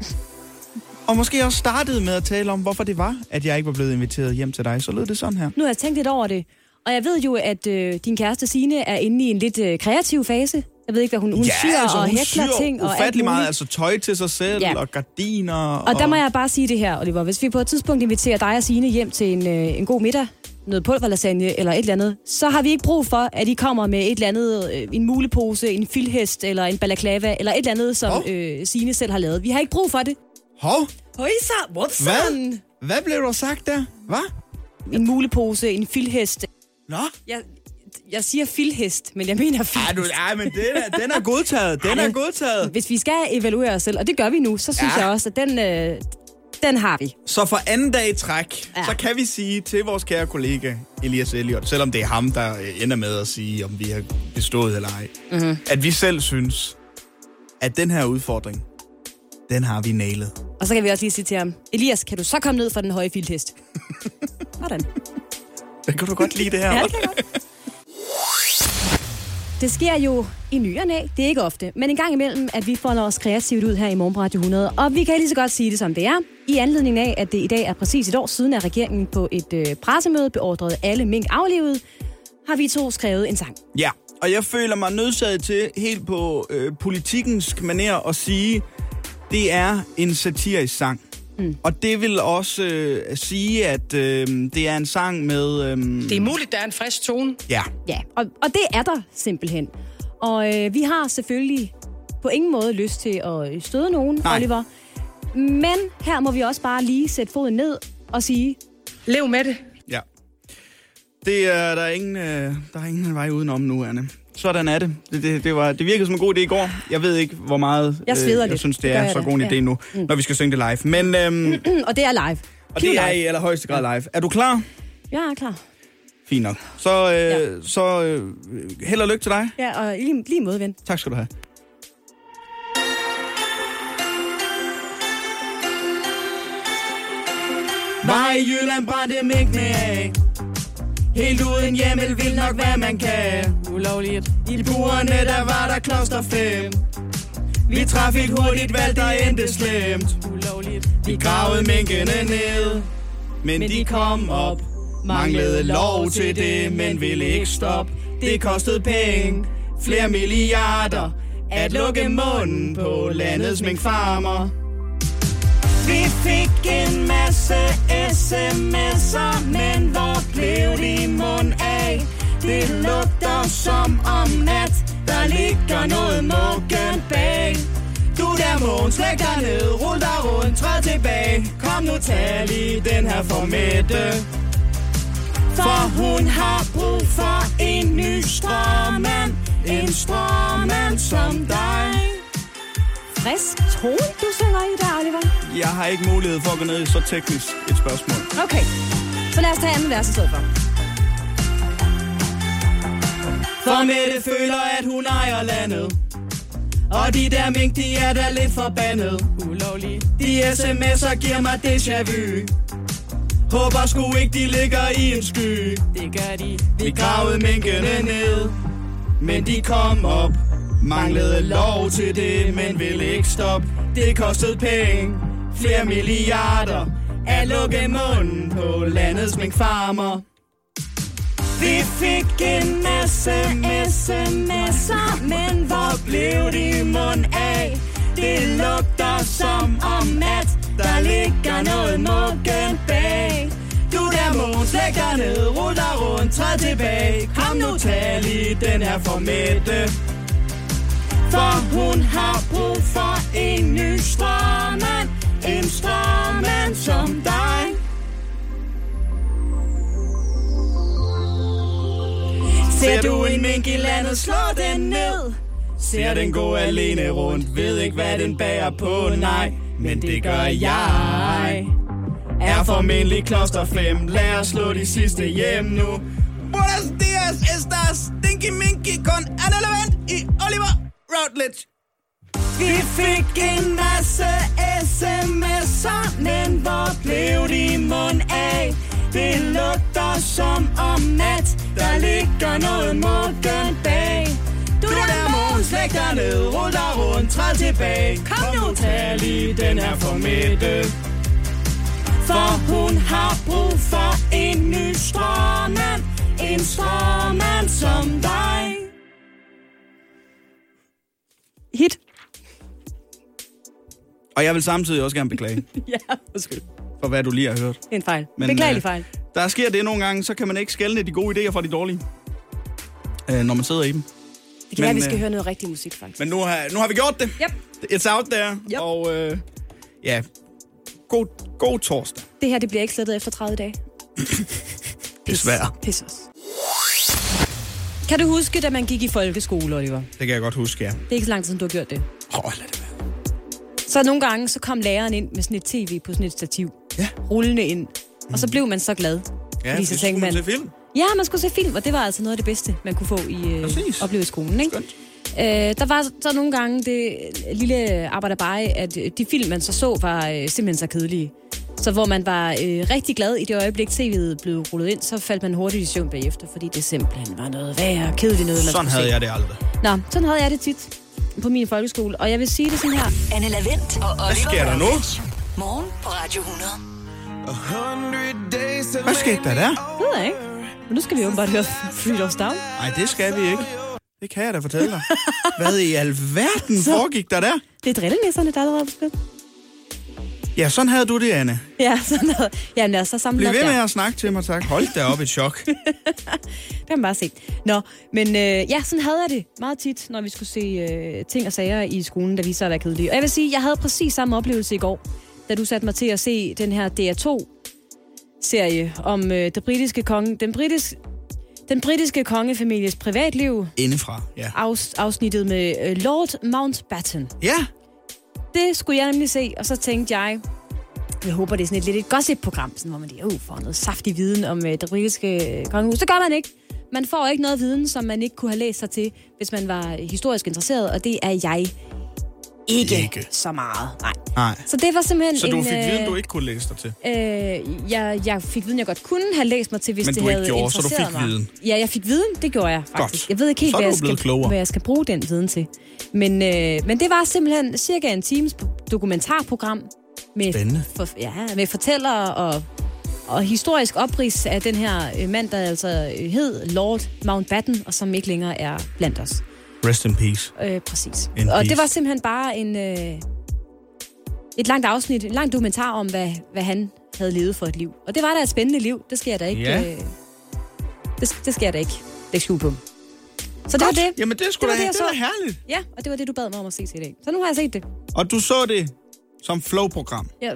og måske også startede med at tale om, hvorfor det var, at jeg ikke var blevet inviteret hjem til dig, så lød det sådan her. Nu har jeg tænkt lidt over det. Og jeg ved jo, at din kæreste Signe er inde i en lidt kreativ fase. Jeg ved ikke, hvad hun syr altså, og hækler ting. Og ufattelig meget, altså tøj til sig selv og gardiner. Og der må jeg bare sige det her, Oliver. Hvis vi på et tidspunkt inviterer dig og Signe hjem til en god middag, noget pulverlasagne eller et eller andet, så har vi ikke brug for, at I kommer med et eller andet, en mulepose, en filthest eller en balaclava, eller et eller andet, som Signe selv har lavet. Vi har ikke brug for det. Højsa, what's Hvad blev der sagt der? Hvad? En mulepose, en filthest. Nå? Jeg siger filthest, men jeg mener filthest. Ej, men den er godtaget. Den er godtaget. Hvis vi skal evaluere os selv, og det gør vi nu, så synes jeg også, at den har vi. Så for anden dag i træk, så kan vi sige til vores kære kollega Elias Elliot, selvom det er ham, der ender med at sige, om vi har bestået eller ej, at vi selv synes, at den her udfordring, den har vi nailet. Og så kan vi også lige sige til ham, Elias, kan du så komme ned fra den høje filthest? Hvordan? Det kan du godt lide, det her. Ja, det kan jeg godt. Det sker jo i ny og næ, det er ikke ofte, men en gang imellem, at vi får os kreativt ud her i Morgen på Radio 100. Og vi kan lige så godt sige det, som det er. I anledning af, at det i dag er præcis et år siden, at regeringen på et pressemøde beordrede alle mink aflivet, har vi to skrevet en sang. Ja, og jeg føler mig nødsaget til helt på politikens manér at sige, det er en satirisk sang. Og det vil også sige, at det er en sang med... Det er muligt, der er en frisk tone. Ja. Ja, og det er der simpelthen. Og vi har selvfølgelig på ingen måde lyst til at støde nogen, Oliver. Men her må vi også bare lige sætte foden ned og sige, lev med det. Ja. Der er ingen vej udenom nu, Anne. Sådan er det. Det virkede som en god idé i går. Jeg ved ikke, hvor meget jeg synes, det er så god en idé nu, når vi skal synge det live. Men, og det er live. Og det er i allerhøjeste grad live. Er du klar? Jeg er klar. Fint nok. Så held og lykke til dig. Ja, og lige måde, ven. Tak skal du have. Var i Jylland, brændte minkene af. Helt uden hjemmel vil nok, hvad man kan. Ulovligt. I burerne, der var der kloster 5. Vi traf et hurtigt valg, der endte slemt. Ulovligt. Vi gravede minkene ned, men de kom op. Manglede lov til det, men ville ikke stoppe. Det kostede penge, flere milliarder, at lukke munden på landets minkfarmer. Vi fik en masse sms'er, men hvor blev de mund af? Det lugter som om nat, der ligger noget muggen bag. Du der Mogens, læg dig ned, rul dig rundt, træd tilbage. Kom nu, tal i den her formette. For hun har brug for en ny stråmand, en stråmand som dig. Frisk tone, du synger i der, Oliver. Jeg har ikke mulighed for at gå ned i så teknisk et spørgsmål. Okay, så lad os tage anden vers i stedet for. For Mette føler, at hun ejer landet. Og de der mink, de er da lidt forbandet. Ulovligt. De sms'er giver mig déjà vu. Håber sgu ikke, de ligger i en sky. Det gør de. Vi gravede minkene ned, men de kom op. Manglede lov til det, men ville ikke stoppe. Det kostede penge, flere milliarder, at lukke munden på landets minkfarmer. Vi fik en masse sms'er, men hvor blev de mund af? Det lugter som om nat, der ligger noget muggen bag. Du der Mogens, læg dig ned, rul dig rundt, træd tilbage. Kom nu, tal i den her formette. For hun har brug for en ny stråmand, en stråmand som dig. Ser du en mink i landet, slå den ned. Ser den gå alene rundt, ved ikke hvad den bærer på, nej. Men det gør jeg. Er formentlig kloster 5, lad os slå de sidste hjem nu. Buenos dias, estas Stinky Minky con Anne Levent i Oliver Routledge. Vi fik en masse sms'er, men hvor blev de mund af? Det lugter som om nat, der ligger noget muggen bag. Du der Mogens, læg dig ned, rul dig rundt, træd tilbage. Kom nu, tal i den her formette. For hun har brug for en ny stråmand, en stråmand som dig. Hit. Og jeg vil samtidig også gerne beklage. Ja, undskyld. For hvad du lige har hørt. En fejl. Beklagelig fejl. Der sker det nogle gange, så kan man ikke skelne de gode idéer fra de dårlige. Når man sidder i dem. Det kan være, vi skal høre noget rigtig musik, faktisk. Men nu har vi gjort det. Yep. It's out there. Yep. Og ja, god torsdag. Det her, det bliver ikke slettet efter 30 dage. Desværre. Pis os. Kan du huske, da man gik i folkeskole, Oliver? Det kan jeg godt huske, ja. Det er ikke så lang tid, siden du har gjort det. Lad det være. Så nogle gange, så kom læreren ind med sådan et tv på sådan et stativ. Ja. Rullende ind. Og så blev man så glad. Ja, fordi så tænkte man se film. Ja, man skulle se film, og det var altså noget af det bedste, man kunne få i opleve i skolen, ikke? Der var så nogle gange det lille arbejderbeje, at de film, man så var simpelthen så kedelige. Så hvor man var rigtig glad i det øjeblik, tv'et blev rullet ind, så faldt man hurtigt i søvn bagefter, fordi det simpelthen var noget værre, kedeligt noget, man sådan havde jeg det aldrig. Nå, sådan havde jeg det tit på min folkeskole, og jeg vil sige det sådan her. Anne Levent og Oliver. Hvad sker der nu? Morgen på Radio 100. Hvad skete der der? Det ved jeg ikke. Men nu skal vi jo bare høre Freedom Down. Nej, det skal vi ikke. Det kan jeg da fortælle dig. Hvad i alverden foregik der der? Det er drillenisserne, der allerede på spil. Ja, sådan havde du det, Anne. Ja, sådan havde... Ja, så samlet bliv ved med at snakke til mig, tak. Hold da op, et chok. Det har man bare set. Nå, men sådan havde jeg det meget tit, når vi skulle se ting og sager i skolen, der viser at være kedelige. Og jeg vil sige, jeg havde præcis samme oplevelse i går, da du satte mig til at se den her DR2-serie om den britiske kongefamilies privatliv. Indefra, ja. Afsnittet med Lord Mountbatten. Ja. Det skulle jeg nemlig se, og så tænkte jeg håber, det er sådan et gossip-program, sådan, hvor man får noget saftig viden om det britiske kongehus. Det gør man ikke. Man får ikke noget viden, som man ikke kunne have læst sig til, hvis man var historisk interesseret, og det er jeg ikke så meget. Nej. Så det var simpelthen så du fik viden, du ikke kunne læse dig til? Jeg fik viden, jeg godt kunne have læst mig til, hvis det havde interesseret mig. Men du ikke gjorde, så du fik viden? Ja, jeg fik viden, det gjorde jeg faktisk. Godt. Jeg ved ikke helt, hvad jeg skal bruge den viden til. Men det var simpelthen cirka en times dokumentarprogram med fortællere og historisk oprids af den her mand, der altså hed Lord Mountbatten, og som ikke længere er blandt os. Rest in peace. Præcis. Og det var simpelthen bare et langt afsnit, en lang dokumentar om, hvad han havde levet for et liv. Og det var da et spændende liv. Det skal jeg da ikke... Ja. Det skal jeg da ikke lægge skjul på. Så det var det. Jamen det skulle da herligt. Ja, og det var det, du bad mig om at se til i dag. Så nu har jeg set det. Og du så det som flow-program? Ja.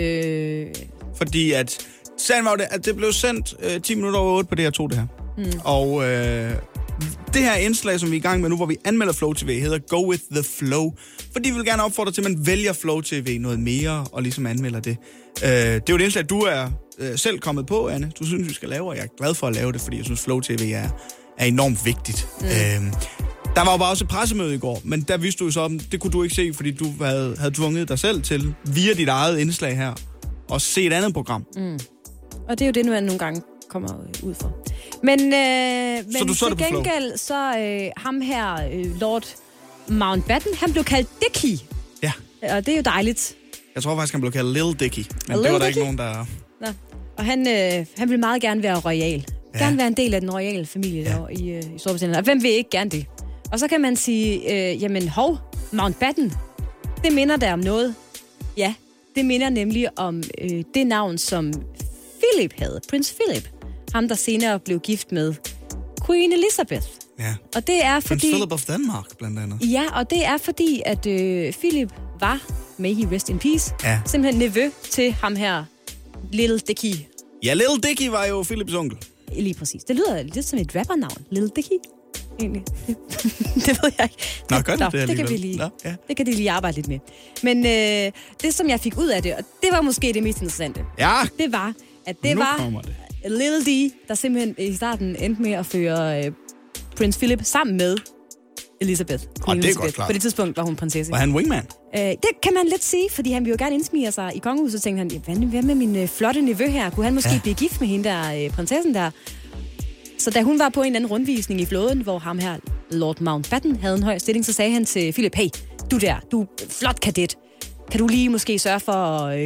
Fordi at... Sagen var det, at det blev sendt 10 minutter over 8 på DR2, det her. Og det her indslag, som vi er i gang med nu, hvor vi anmelder Flow TV, hedder Go With The Flow. Fordi vi vil gerne opfordre til, at man vælger Flow TV noget mere, og ligesom anmelder det. Det er jo et indslag, du er selv kommet på, Anne. Du synes, vi skal lave, og jeg er glad for at lave det, fordi jeg synes, Flow TV er enormt vigtigt. Der var jo bare også et pressemøde i går, men der vidste du jo så om, det kunne du ikke se, fordi du havde tvunget dig selv til, via dit eget indslag her, at se et andet program. Og det er jo det, nu nogle gange kommer ud for. Men til gengæld, så ham her, Lord Mountbatten, han blev kaldt Dickie. Ja. Og det er jo dejligt. Jeg tror faktisk, han blev kaldt Little Dickie. Men det var der ikke nogen, der... Nå. Og han vil meget gerne være royal. Gerne være en del af den royale familie der i Storbritannien. Og hvem vil ikke gerne det? Og så kan man sige, Mountbatten, det minder der om noget. Ja, det minder nemlig om det navn, som Philip havde. Prins Philip. Ham, der senere blev gift med Queen Elizabeth. Ja. Og det er fordi... Prins Philip of Denmark, blandt andet. Ja, og det er fordi, at Philip var, may he rest in peace, simpelthen nevø til ham her, Little Dickie. Ja, Little Dickie var jo Philips onkel. Lige præcis. Det lyder lidt som et rappernavn, Little Dickie. Egentlig. Det ved jeg ikke. Nå, gør det kan vi lige. Det kan de lige arbejde lidt med. Men det, som jeg fik ud af det, og det var måske det mest interessante, det var, at det var Little D, der simpelthen i starten endte med at føre Prins Philip sammen med Elizabeth. Og det er godt klart. På det tidspunkt var hun prinsesse. Var han wingman? Det kan man lidt sige, fordi han ville jo gerne indsmige sig i kongehuset. Så tænkte han, hvad med min flotte nevø her? Kunne han måske blive gift med hende der, prinsessen der? Så da hun var på en eller anden rundvisning i flåden, hvor ham her, Lord Mountbatten, havde en høj stilling, så sagde han til Philip, hey, du er flot kadet. Kan du lige måske sørge for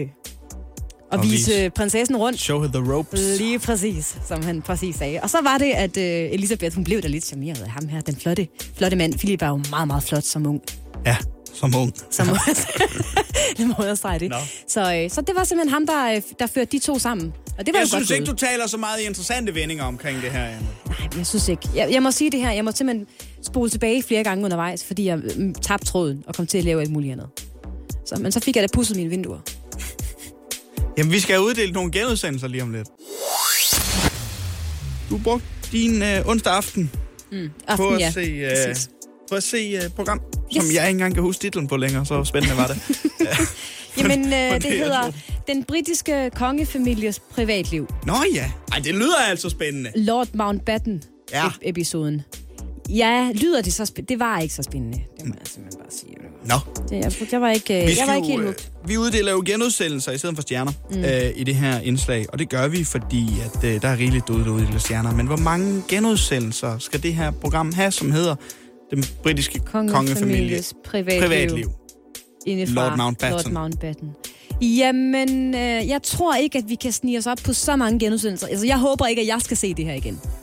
at vise prinsessen rundt? Show her the ropes. Lige præcis, som han præcis sagde. Og så var det, at Elizabeth, hun blev da lidt charmeret af ham her, den flotte mand. Philip var jo meget, meget flot som ung. Ja, som ung. Det må understrege det. No. Så det var simpelthen ham, der førte de to sammen. Og det var jeg synes ikke, du taler så meget i interessante vendinger omkring det her, Anne. Nej, jeg synes ikke. Jeg må sige det her. Jeg må simpelthen spole tilbage flere gange undervejs, fordi jeg tabte tråden og kom til at lave alt muligt andet. Men så fik jeg da pudset mine vinduer. Jamen, vi skal uddele nogle genudsendelser lige om lidt. Du brugte din onsdag aften på at se program, som jeg ikke engang kan huske titlen på længere, så spændende var det. Jamen, det hedder Den britiske kongefamilies privatliv. Nå ja, ej, det lyder altså spændende. Lord Mountbatten-episoden. Ja, lyder det så spændende? Det var ikke så spændende. Det må jeg simpelthen bare sige. Nå. Jeg var ikke helt hugt. Vi uddeler jo genudsendelser i stedet for stjerner i det her indslag, og det gør vi, fordi at, der er rigeligt uddeler stjerner. Men hvor mange genudsendelser skal det her program have, som hedder Den britiske kongefamilies privatliv? Lord Mountbatten. Jamen, jeg tror ikke, at vi kan snige os op på så mange genudsendelser. Altså, jeg håber ikke, at jeg skal se det her igen.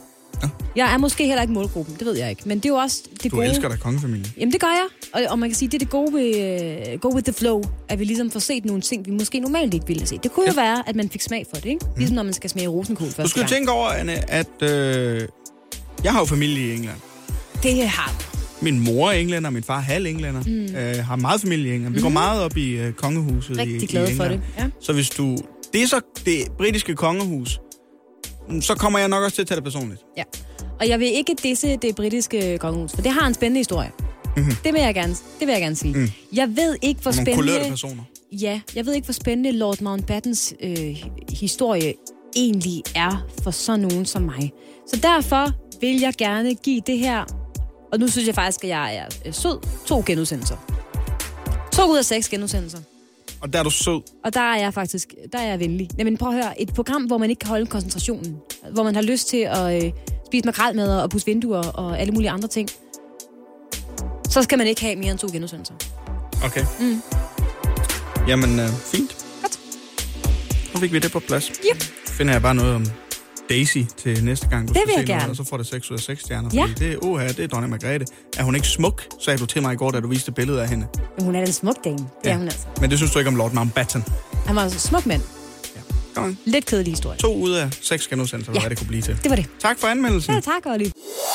Ja. Jeg er måske heller ikke målgruppen, det ved jeg ikke. Men det er jo også det gode... Du elsker da kongefamilien. Jamen, det gør jeg. Og man kan sige, det er det gode ved go with the flow, at vi ligesom får set nogle ting, vi måske normalt ikke ville se. Det kunne jo være, at man fik smag for det, ikke? Ligesom når man skal smage rosenkål første gang. Du skal tænke over, Anne, at jeg har jo familie i England. Det har Min mor er englænder, min far er halv englænder. Har meget familie i England. Vi går meget op i kongehuset rigtig i England. glade for det. Ja. Så hvis du... Det er så det britiske kongehus, så kommer jeg nok også til at tage det personligt. Ja. Og jeg vil ikke disse det britiske kongehus, for det har en spændende historie. Mm-hmm. Det vil jeg gerne sige. Mm. Jeg ved ikke, hvor spændende... Nogle kulørte personer. Ja, jeg ved ikke, hvor spændende Lord Mountbattens historie egentlig er for sådan nogen som mig. Så derfor vil jeg gerne give det her... Og nu synes jeg faktisk, at jeg er sød. 2 genudsendelser. 2 ud af 6 genudsendelser. Og der er du sød. Og der er jeg venlig. Jamen prøv at høre, et program, hvor man ikke kan holde koncentrationen. Hvor man har lyst til at spise makrelmadder og pusse vinduer og alle mulige andre ting. Så skal man ikke have mere end 2 genudsendelser. Okay. Jamen, fint. Godt. Så fik vi det på plads. Yep. Finder jeg bare noget om Daisy til næste gang, du det skal se noget, gerne. og så får det 6 ud af 6 stjerner. Ja. Det er dronning Margrethe. Er hun ikke smuk, sagde du til mig i går, da du viste billedet af hende. Hun er den smuk dame. Det er hun altså. Men det synes du ikke om Lord Mountbatten? Han var altså smuk mand. Ja. Lidt kedelig historie. 2 ud af 6 genudsendelser, hvad det kunne blive til. Det var det. Tak for anmeldelsen. Ja, tak, Olli.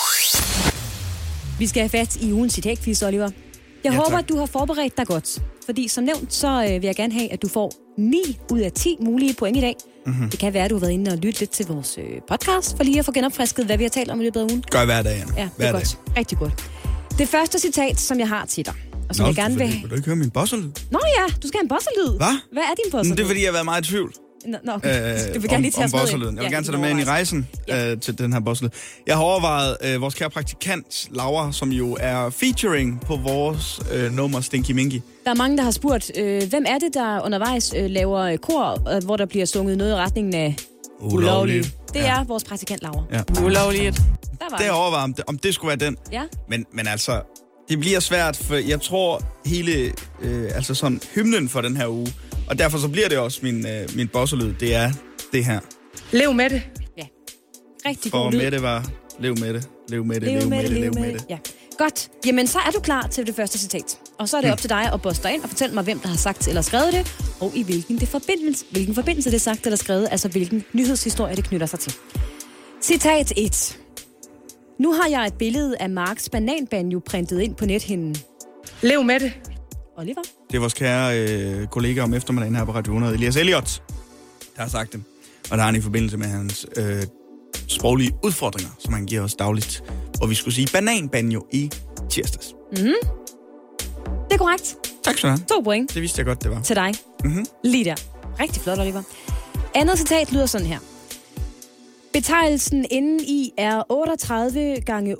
Vi skal have fat i ugens citatquiz, Oliver. Jeg håber, at du har forberedt dig godt. Fordi som nævnt, så vil jeg gerne have, at du får 9 ud af 10 mulige point i dag. Mm-hmm. Det kan være, at du har været inde og lyttet lidt til vores podcast, for lige at få genopfrisket, hvad vi har talt om i løbet af ugen. Gør hver dag, Anna. Ja, det er godt. Rigtig godt. Det første citat, som jeg har til dig, og som jeg gerne vil... Vil du ikke høre min bosserlyd? Nå ja, du skal have en bosserlyd. Hvad er din bosserlyd? Det er, fordi jeg har været meget i tvivl. Nå, okay. Du vil gerne lige tage os med ind. Jeg vil gerne tage dig med ind i rejsen til den her bosserlyd. Jeg har overvejet vores kære praktikant, Laura, som jo er featuring på vores nummer Stinky Minky. Der er mange, der har spurgt, hvem er det, der undervejs laver kor, hvor der bliver sunget noget i retningen af ulovligt. Det er vores praktikant, Laura. Ja. Ulovligt. Det overvejet, om det skulle være den. Ja. Men altså, det bliver svært, for jeg tror hele, altså sådan hymnen for den her uge, og derfor så bliver det også min bosserlyd, det er det her. Lev med det. Ja. Rigtig god lyd. For med det var, lev med det, lev med det, lev med det. Ja. Godt. Jamen, så er du klar til det første citat. Og så er det op til dig at boste dig ind og fortælle mig, hvem der har sagt eller skrevet det, og i hvilken forbindelse det er sagt eller skrevet, altså hvilken nyhedshistorie det knytter sig til. Citat 1. Nu har jeg et billede af Marks bananbanjo printet ind på nethinden. Lev med det. Oliver? Det er vores kære kollega om eftermiddagen her på Radio 100, Elias Elliot, der har sagt det. Og der har han i forbindelse med hans sproglige udfordringer, som han giver os dagligt. Og vi skulle sige bananbanjo i tirsdags. Mhm. Det er korrekt. Tak skal du have. 2 point. Det vidste jeg godt, det var. Til dig. Mhm. Lige der. Rigtig flot, Oliver. Andet citat lyder sådan her. Betegnelsen inden i er 38 gange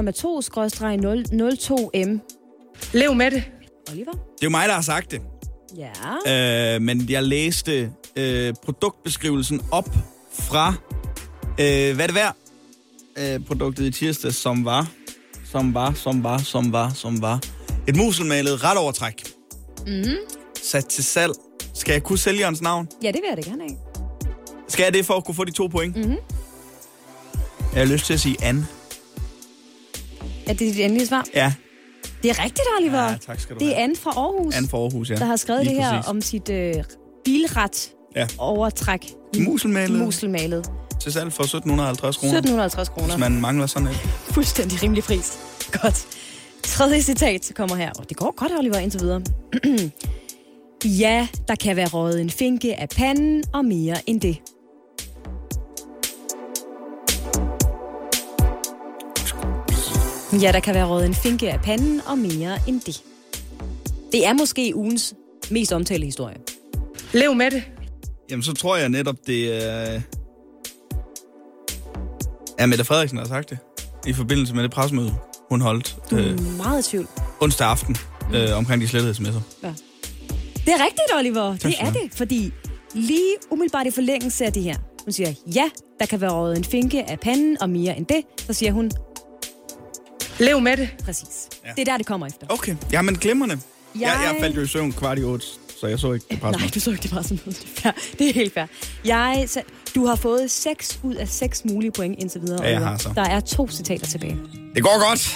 8,2/002m. Lev med det. Oliver? Det er jo mig, der har sagt det. Ja. Men jeg læste produktbeskrivelsen op fra, hvad det var, produktet i tirsdag, som var et muselmalet retovertræk. Mhm. Sat til salg. Skal jeg kunne sælgerens navn? Ja, det vil jeg da gerne have. Skal jeg det for at kunne få de 2 point? Mhm. Jeg har lyst til at sige Anne. Er det dit endelige svar? Ja. Det er rigtigt, Oliver. Ja, tak skal du Det have. er Anne fra Aarhus. Anne fra Aarhus, ja. Der har skrevet Lige det her præcis. om sit bilret overtræk. Muselmalet. Til salg for 1750 kroner. 1750 kroner. Hvis man mangler sådan et. Fuldstændig rimelig pris. Godt. Tredje citat kommer her. Det går godt, Oliver, indtil videre. Ja, der kan være røget en finke af panden og mere end det. Ja, der kan være røget en finke af panden og mere end det. Det er måske ugens mest omtalte historie. Lev med det. Jamen, så tror jeg netop, det er... Ja, Mette Frederiksen har sagt det. I forbindelse med det pressemøde, hun holdt. Du er meget i tvivl. Onsdag aften, omkring de slettede sms'er. Ja. Det er rigtigt, Oliver. Det er det, fordi lige umiddelbart i forlængelse af det her, hun siger, ja, der kan være røget en finke af panden og mere end det, så siger hun... Lev med det. Præcis. Ja. Det er der, det kommer efter. Okay, jamen glimrende. Jeg faldt jo i søvn 7:15, så jeg så ikke det pressemøde. Nej, du så ikke det pressemøde. Det er helt fair. Du har fået 6 ud af 6 mulige point indtil videre. Ja, jeg har så. Der er 2 citater tilbage. Det går godt.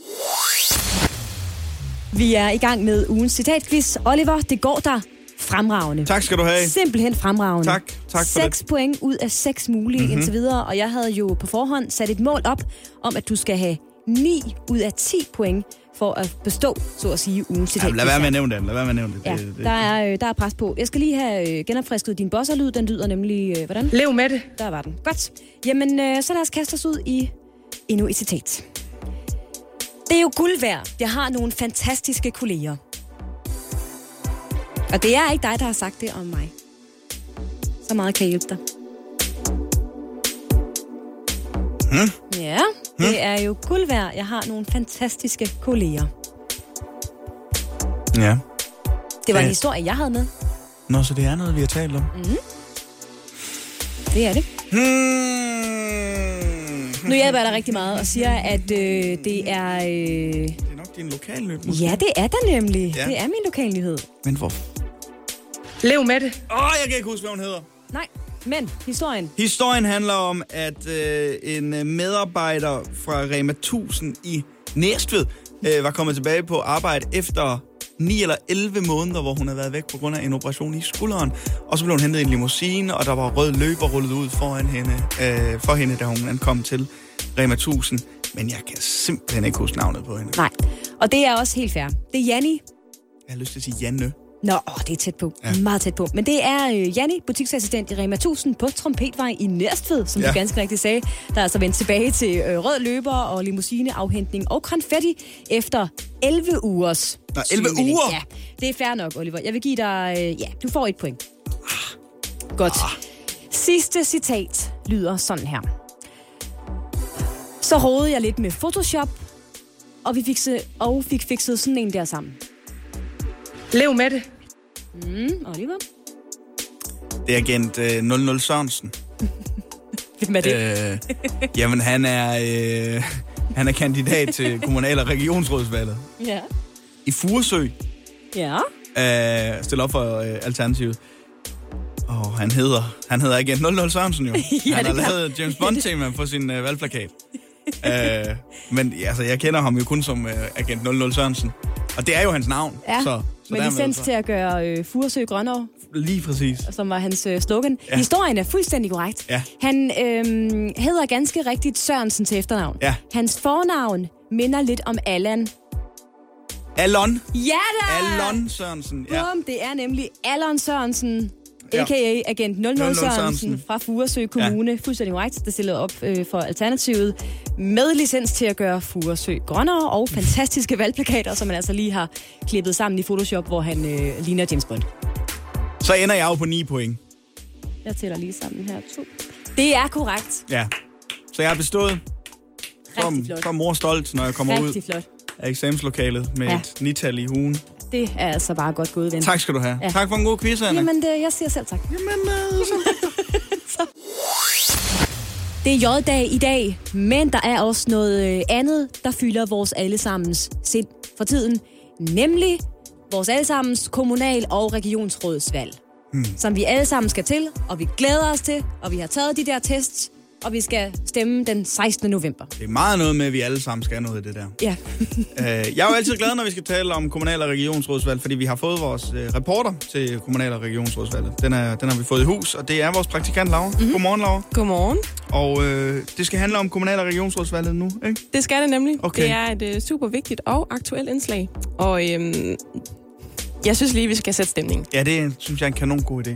Vi er i gang med ugens citatquiz. Oliver, det går der fremragende. Tak skal du have. Simpelthen fremragende. Tak for 6 det. point ud af 6 mulige indtil videre, og jeg havde jo på forhånd sat et mål op om, at du skal have 9 ud af 10 point for at bestå, så at sige, ugens citatquiz. Lad være med at nævne den. Ja, der er pres på. Jeg skal lige have genopfrisket din bosserlyd. Den lyder nemlig, hvordan? Lev med det. Der var den. Godt. Jamen, så lad os kaste os ud i endnu et citat. Det er jo guld værd. Jeg har nogle fantastiske kolleger. Og det er ikke dig, der har sagt det om mig. Så meget kan jeg hjælpe dig. Ja, det er jo guld værd. Jeg har nogle fantastiske kolleger. Ja. Det var en historie, jeg havde med. Nå, så det er noget, vi har talt om. Det er det. Nu hjælper jeg dig rigtig meget og siger, at det er... Det er nok din lokalnyhed, måske. Ja, det er der nemlig. Ja. Det er min lokalnyhed. Men hvor? Lev med det. Jeg kan ikke huske, hvad hun hedder. Nej, men historien. Historien handler om, at en medarbejder fra Rema 1000 i Næstved var kommet tilbage på arbejde efter 9 eller 11 måneder, hvor hun havde været væk på grund af en operation i skulderen. Og så blev hun hentet i en limousine, og der var rød løber rullet ud for hende, da hun ankom til Rema 1000. Men jeg kan simpelthen ikke huske navnet på hende. Nej, og det er også helt fair. Det er Janni. Jeg har lyst til at sige Janne. Nå, det er tæt på. Ja. Meget tæt på. Men det er Janni, butiksassistent i Rema 1000 på Trompetvej i Næstved, som du ganske rigtigt sagde. Der er altså vendt tilbage til rød løber og limousineafhentning og konfetti efter 11 ugers. Nå, 11 uger? Ja, det er fair nok, Oliver. Jeg vil give dig... du får 1 point. Godt. Sidste citat lyder sådan her. Så rodede jeg lidt med Photoshop, og vi fik fikset sådan en der sammen. Lev med det. Oliver? Det er agent 00 Sørensen. Hvem er det? Jamen, han er kandidat til kommunal- og regionsrådsvalget. Ja. I Furesø. Ja. Stille op for Alternativet. Han hedder agent 00 Sørensen jo. Ja, han har lavet James Bond-tema på sin valgplakat. Men altså, jeg kender ham jo kun som agent 00 Sørensen. Og det er jo hans navn. Ja, så med licens til at gøre Furesø grønnere. Lige præcis. Som var hans slogan. Ja. Historien er fuldstændig korrekt. Ja. Han hedder ganske rigtigt Sørensen til efternavn. Ja. Hans fornavn minder lidt om Allan. Allon? Ja da! Allon Sørensen. Ja. Det er nemlig Allon Sørensen. A.k.a. agent 00 Sørensen fra Furesø Kommune. Ja. Fuldstændig korrekt. Der stillede op for Alternativet med licens til at gøre Furesø grønnere og fantastiske valgplakater, som man altså lige har klippet sammen i Photoshop, hvor han ligner James Bond. Så ender jeg jo på 9 point. Jeg tæller lige sammen her. 2. Det er korrekt. Ja. Så jeg har bestået. Så er mor stolt, når jeg kommer ud af eksamenslokalet med et 9-tal i ugen. Det er altså bare godt gået, ven. Tak skal du have. Ja. Tak for en god quiz, Anna. Jamen, jeg siger selv tak. Det er J-dag i dag, men der er også noget andet, der fylder vores allesammens sind for tiden. Nemlig vores allesammens kommunal- og regionsrådsvalg. Som vi alle sammen skal til, og vi glæder os til, og vi har taget de der tests, og vi skal stemme den 16. november. Det er meget noget med, at vi alle sammen skal noget af det der. Ja. Jeg er jo altid glad, når vi skal tale om kommunal- og regionsrådsvalg, fordi vi har fået vores reporter til kommunal- og regionsrådsvalget. Den har vi fået i hus, og det er vores praktikant, Laura. Godmorgen, Laura. Godmorgen. Og det skal handle om kommunal- og regionsrådsvalget nu, ikke? Det skal det nemlig. Okay. Det er et super vigtigt og aktuelt indslag. Og jeg synes lige, vi skal sætte stemningen. Ja, det synes jeg er en kanon god idé.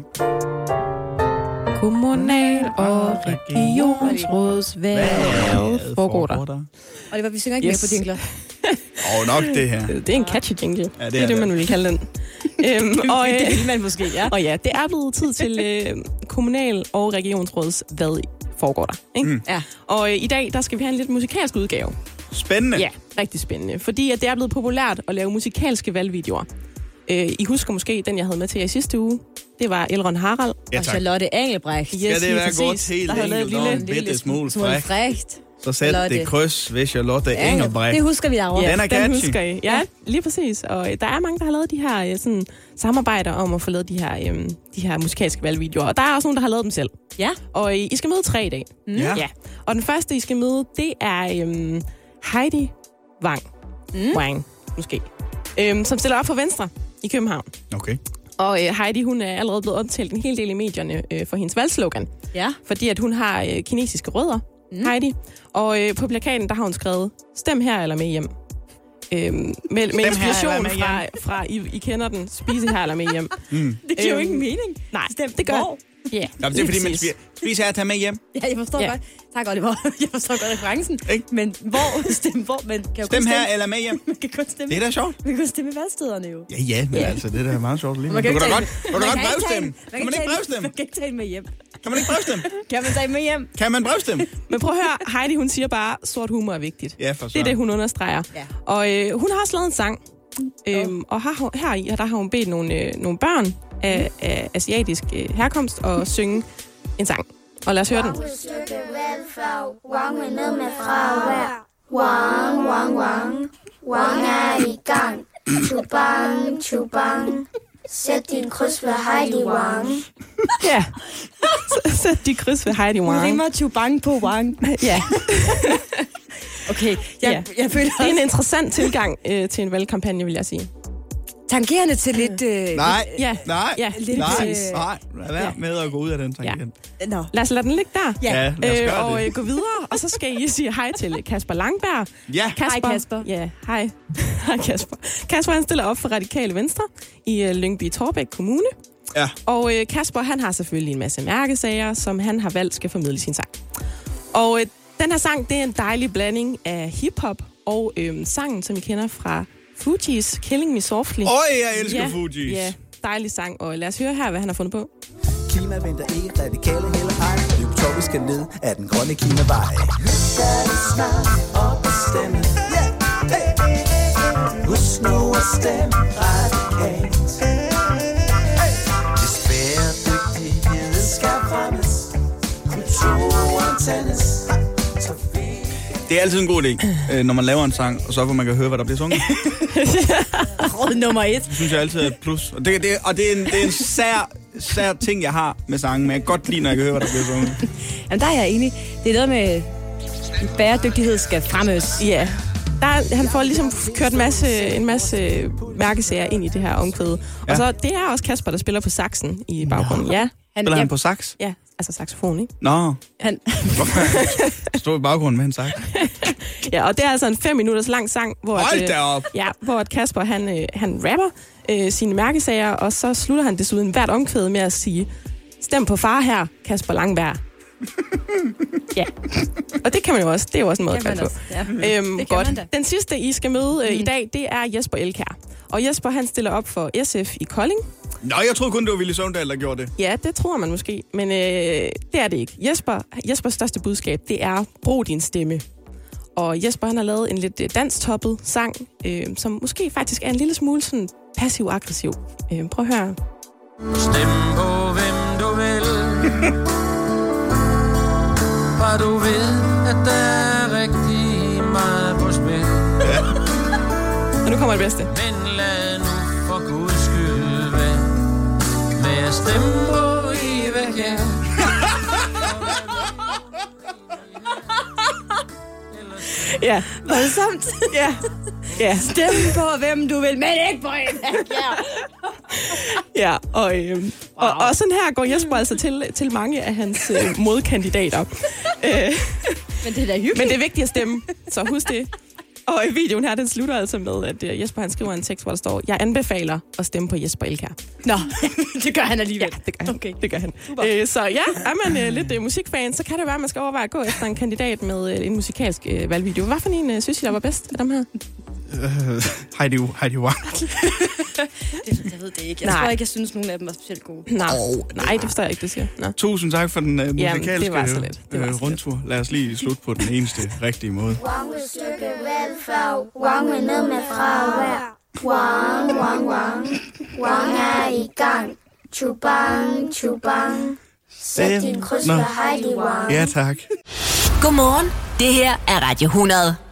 Kommunal- og regionsrådsvalg foregår der. Oliver, vi synger ikke mere på jingler. Nok det her. Det er en catchy jingle. Ja, det er det, man vil kalde den. Det vil man måske, ja. Og ja, det er blevet tid til kommunal- og regionsrådsvalg foregår der. Ikke? Ja. Og i dag, der skal vi have en lidt musikalsk udgave. Spændende. Ja, rigtig spændende. Fordi at det er blevet populært at lave musikalske valgvideoer. I husker måske den, jeg havde med til jer i sidste uge. Det var Elrond Harald og Charlotte Engelbrecht. Yes, det være godt helt enkelt og en bitte smule frækt. Så sæt det kryds ved Charlotte Engelbrecht. Det husker vi derovre. Ja, den husker I. Ja, lige præcis. Og der er mange, der har lavet de her sådan, samarbejder om at få lavet de her musikalske valgvideoer. Og der er også nogen, der har lavet dem selv. Ja. Og I skal møde 3 i dag. Ja. Og den første, I skal møde, det er Heidi Wang. Wang, måske. Som stiller op for Venstre i København. Okay. Og Heidi, hun er allerede blevet omtalt en hel del i medierne for hendes valgslogan. Ja. Fordi at hun har kinesiske rødder, Heidi. Og på plakaten, der har hun skrevet, stem her eller med hjem. Med inspiration fra I kender den, spise her eller med hjem. Det giver jo ingen mening. Nej, stem det gør. Ja, det er fordi, man spiser her og tager med hjem. Ja, jeg forstår godt. Tak, Oliver. Jeg forstår godt referencen. Men hvor? Man kan stem her eller med hjem. Man kan kun stemme. Det er da sjovt. Man kan kun stemme valgstederne jo. Ja, men altså, det er da meget sjovt lige. Du kan da godt brevstemme. Kan man ikke brevstemme? Man kan ikke tage med hjem. Kan man ikke brevstemme? Kan man tage med hjem? Kan man brevstemme? Men prøv at høre, Heidi, hun siger bare, sort humor er vigtigt. Ja, for så. Det er det, hun understreger. Ja. Og hun har også lavet en sang. Og heri, der har hun bedt nogle børn af asiatisk herkomst og synge en sang. Og lad os høre den. Wang vil ned med fravær. Wang er i gang. Chubang. Sæt din kryds ved Heidi Wang. Ja. Sæt din kryds ved Heidi Wang. Hun rimer chubang på Wang. Ja. Okay, jeg føler det er en interessant tilgang til en valgkampagne, vil jeg sige. Tangerende til lidt... Nej. Lidt lad være med at gå ud af den tangent. Ja. Lad os lade den ligge der. Ja, lad os gøre og det. Gå videre, og så skal I sige hej til Kasper Langberg. Ja. Hej Kasper. Ja, hej. Hej Kasper. Kasper, han stiller op for Radikale Venstre i Lyngby-Taarbæk Kommune. Ja. Og Kasper, han har selvfølgelig en masse mærkesager, som han har valgt skal formidle sin sang. Og den her sang, det er en dejlig blanding af hiphop og sangen, som I kender fra Fugees, Killing Me Softly. Jeg elsker Fugees. Ja, dejlig sang. Og lad os høre her, hvad han har fundet på. Klima venter ikke radikale heller ej. Lykketår, vi skal ned af den grønne klimavej. Husk at snart op og stemme. Husk nu at stemme radikalt. Hvis bæredygtighed skal fremmes, kulturen tændes. Det er altid en god idé, når man laver en sang, og så for man kan høre, hvad der bliver sunget. Råd nummer 1. Det synes jeg altid er et plus. Og det er en sær ting, jeg har med sangen, men jeg kan godt lide, når jeg kan høre, hvad der bliver sunget. Jamen, der er jeg enig. Det er noget med, bæredygtighed skal fremmes. Ja. Han får ligesom kørt en masse mærkesager ind i det her omkvæde. Ja. Og så det er også Kasper, der spiller på saxen i baggrunden. Ja. Spiller han på sax? Ja, altså saxofon, ikke? Nå. Hvorfor stod i baggrunden med en sax? Ja, og det er altså en 5 minutters lang sang, hvor hvor Kasper han rapper sine mærkesager, og så slutter han desuden hvert omkvæde med at sige, stem på far her, Kasper Langberg. Ja, og det kan man jo også. Det er jo også en måde at kalde på. Ja. Godt. Den sidste, I skal møde i dag, det er Jesper Elkjær. Og Jesper, han stiller op for SF i Kolding. Nå, jeg troede kun, det var Villy Søvndal, der gjorde det. Ja, det tror man måske, men det er det ikke. Jespers største budskab, det er, brug din stemme. Og Jesper, han har lavet en lidt danstoppet sang, som måske faktisk er en lille smule sådan passiv-aggressiv. Prøv at høre. Stem på, hvem du vil. Bare du ved, at der er rigtig meget på spil. Ja. Og nu kommer det bedste. Men lad nu for Guds skyld være med at stemme på i hvad jeg. Ja, voldsomt. Ja. Stem på, hvem du vil, men ikke på en. Ja, og sådan her går Jesper altså til mange af hans modkandidater. Men det er da hyggeligt. Men det er vigtigt at stemme, så husk det. Og i videoen her, den slutter altså med, at Jesper han skriver en tekst, hvor der står, jeg anbefaler at stemme på Jesper Elkjær. Nå, det gør han alligevel. Ja, det gør han. Okay. Det gør han. Så ja, er man lidt musikfan, så kan det være, at man skal overveje at gå efter en kandidat med en musikalsk valgvideo. Hvad for en synes I, der var bedst af dem her? Heidi Wang. Jeg ved det ikke. Jeg tror ikke, jeg synes, nogen af dem var specielt gode. Nej, det forstår jeg ikke, det siger. Nå. Tusind tak for den musikalske rundtur. Lad os lige slutte på den eneste rigtige måde. Wang vil stykke velfærd. Wang vil ned med fravær. Wang er i gang. Chubang. Sæt din kryds for Heidi Wang. Ja, tak. Godmorgen. Det her er Radio 100.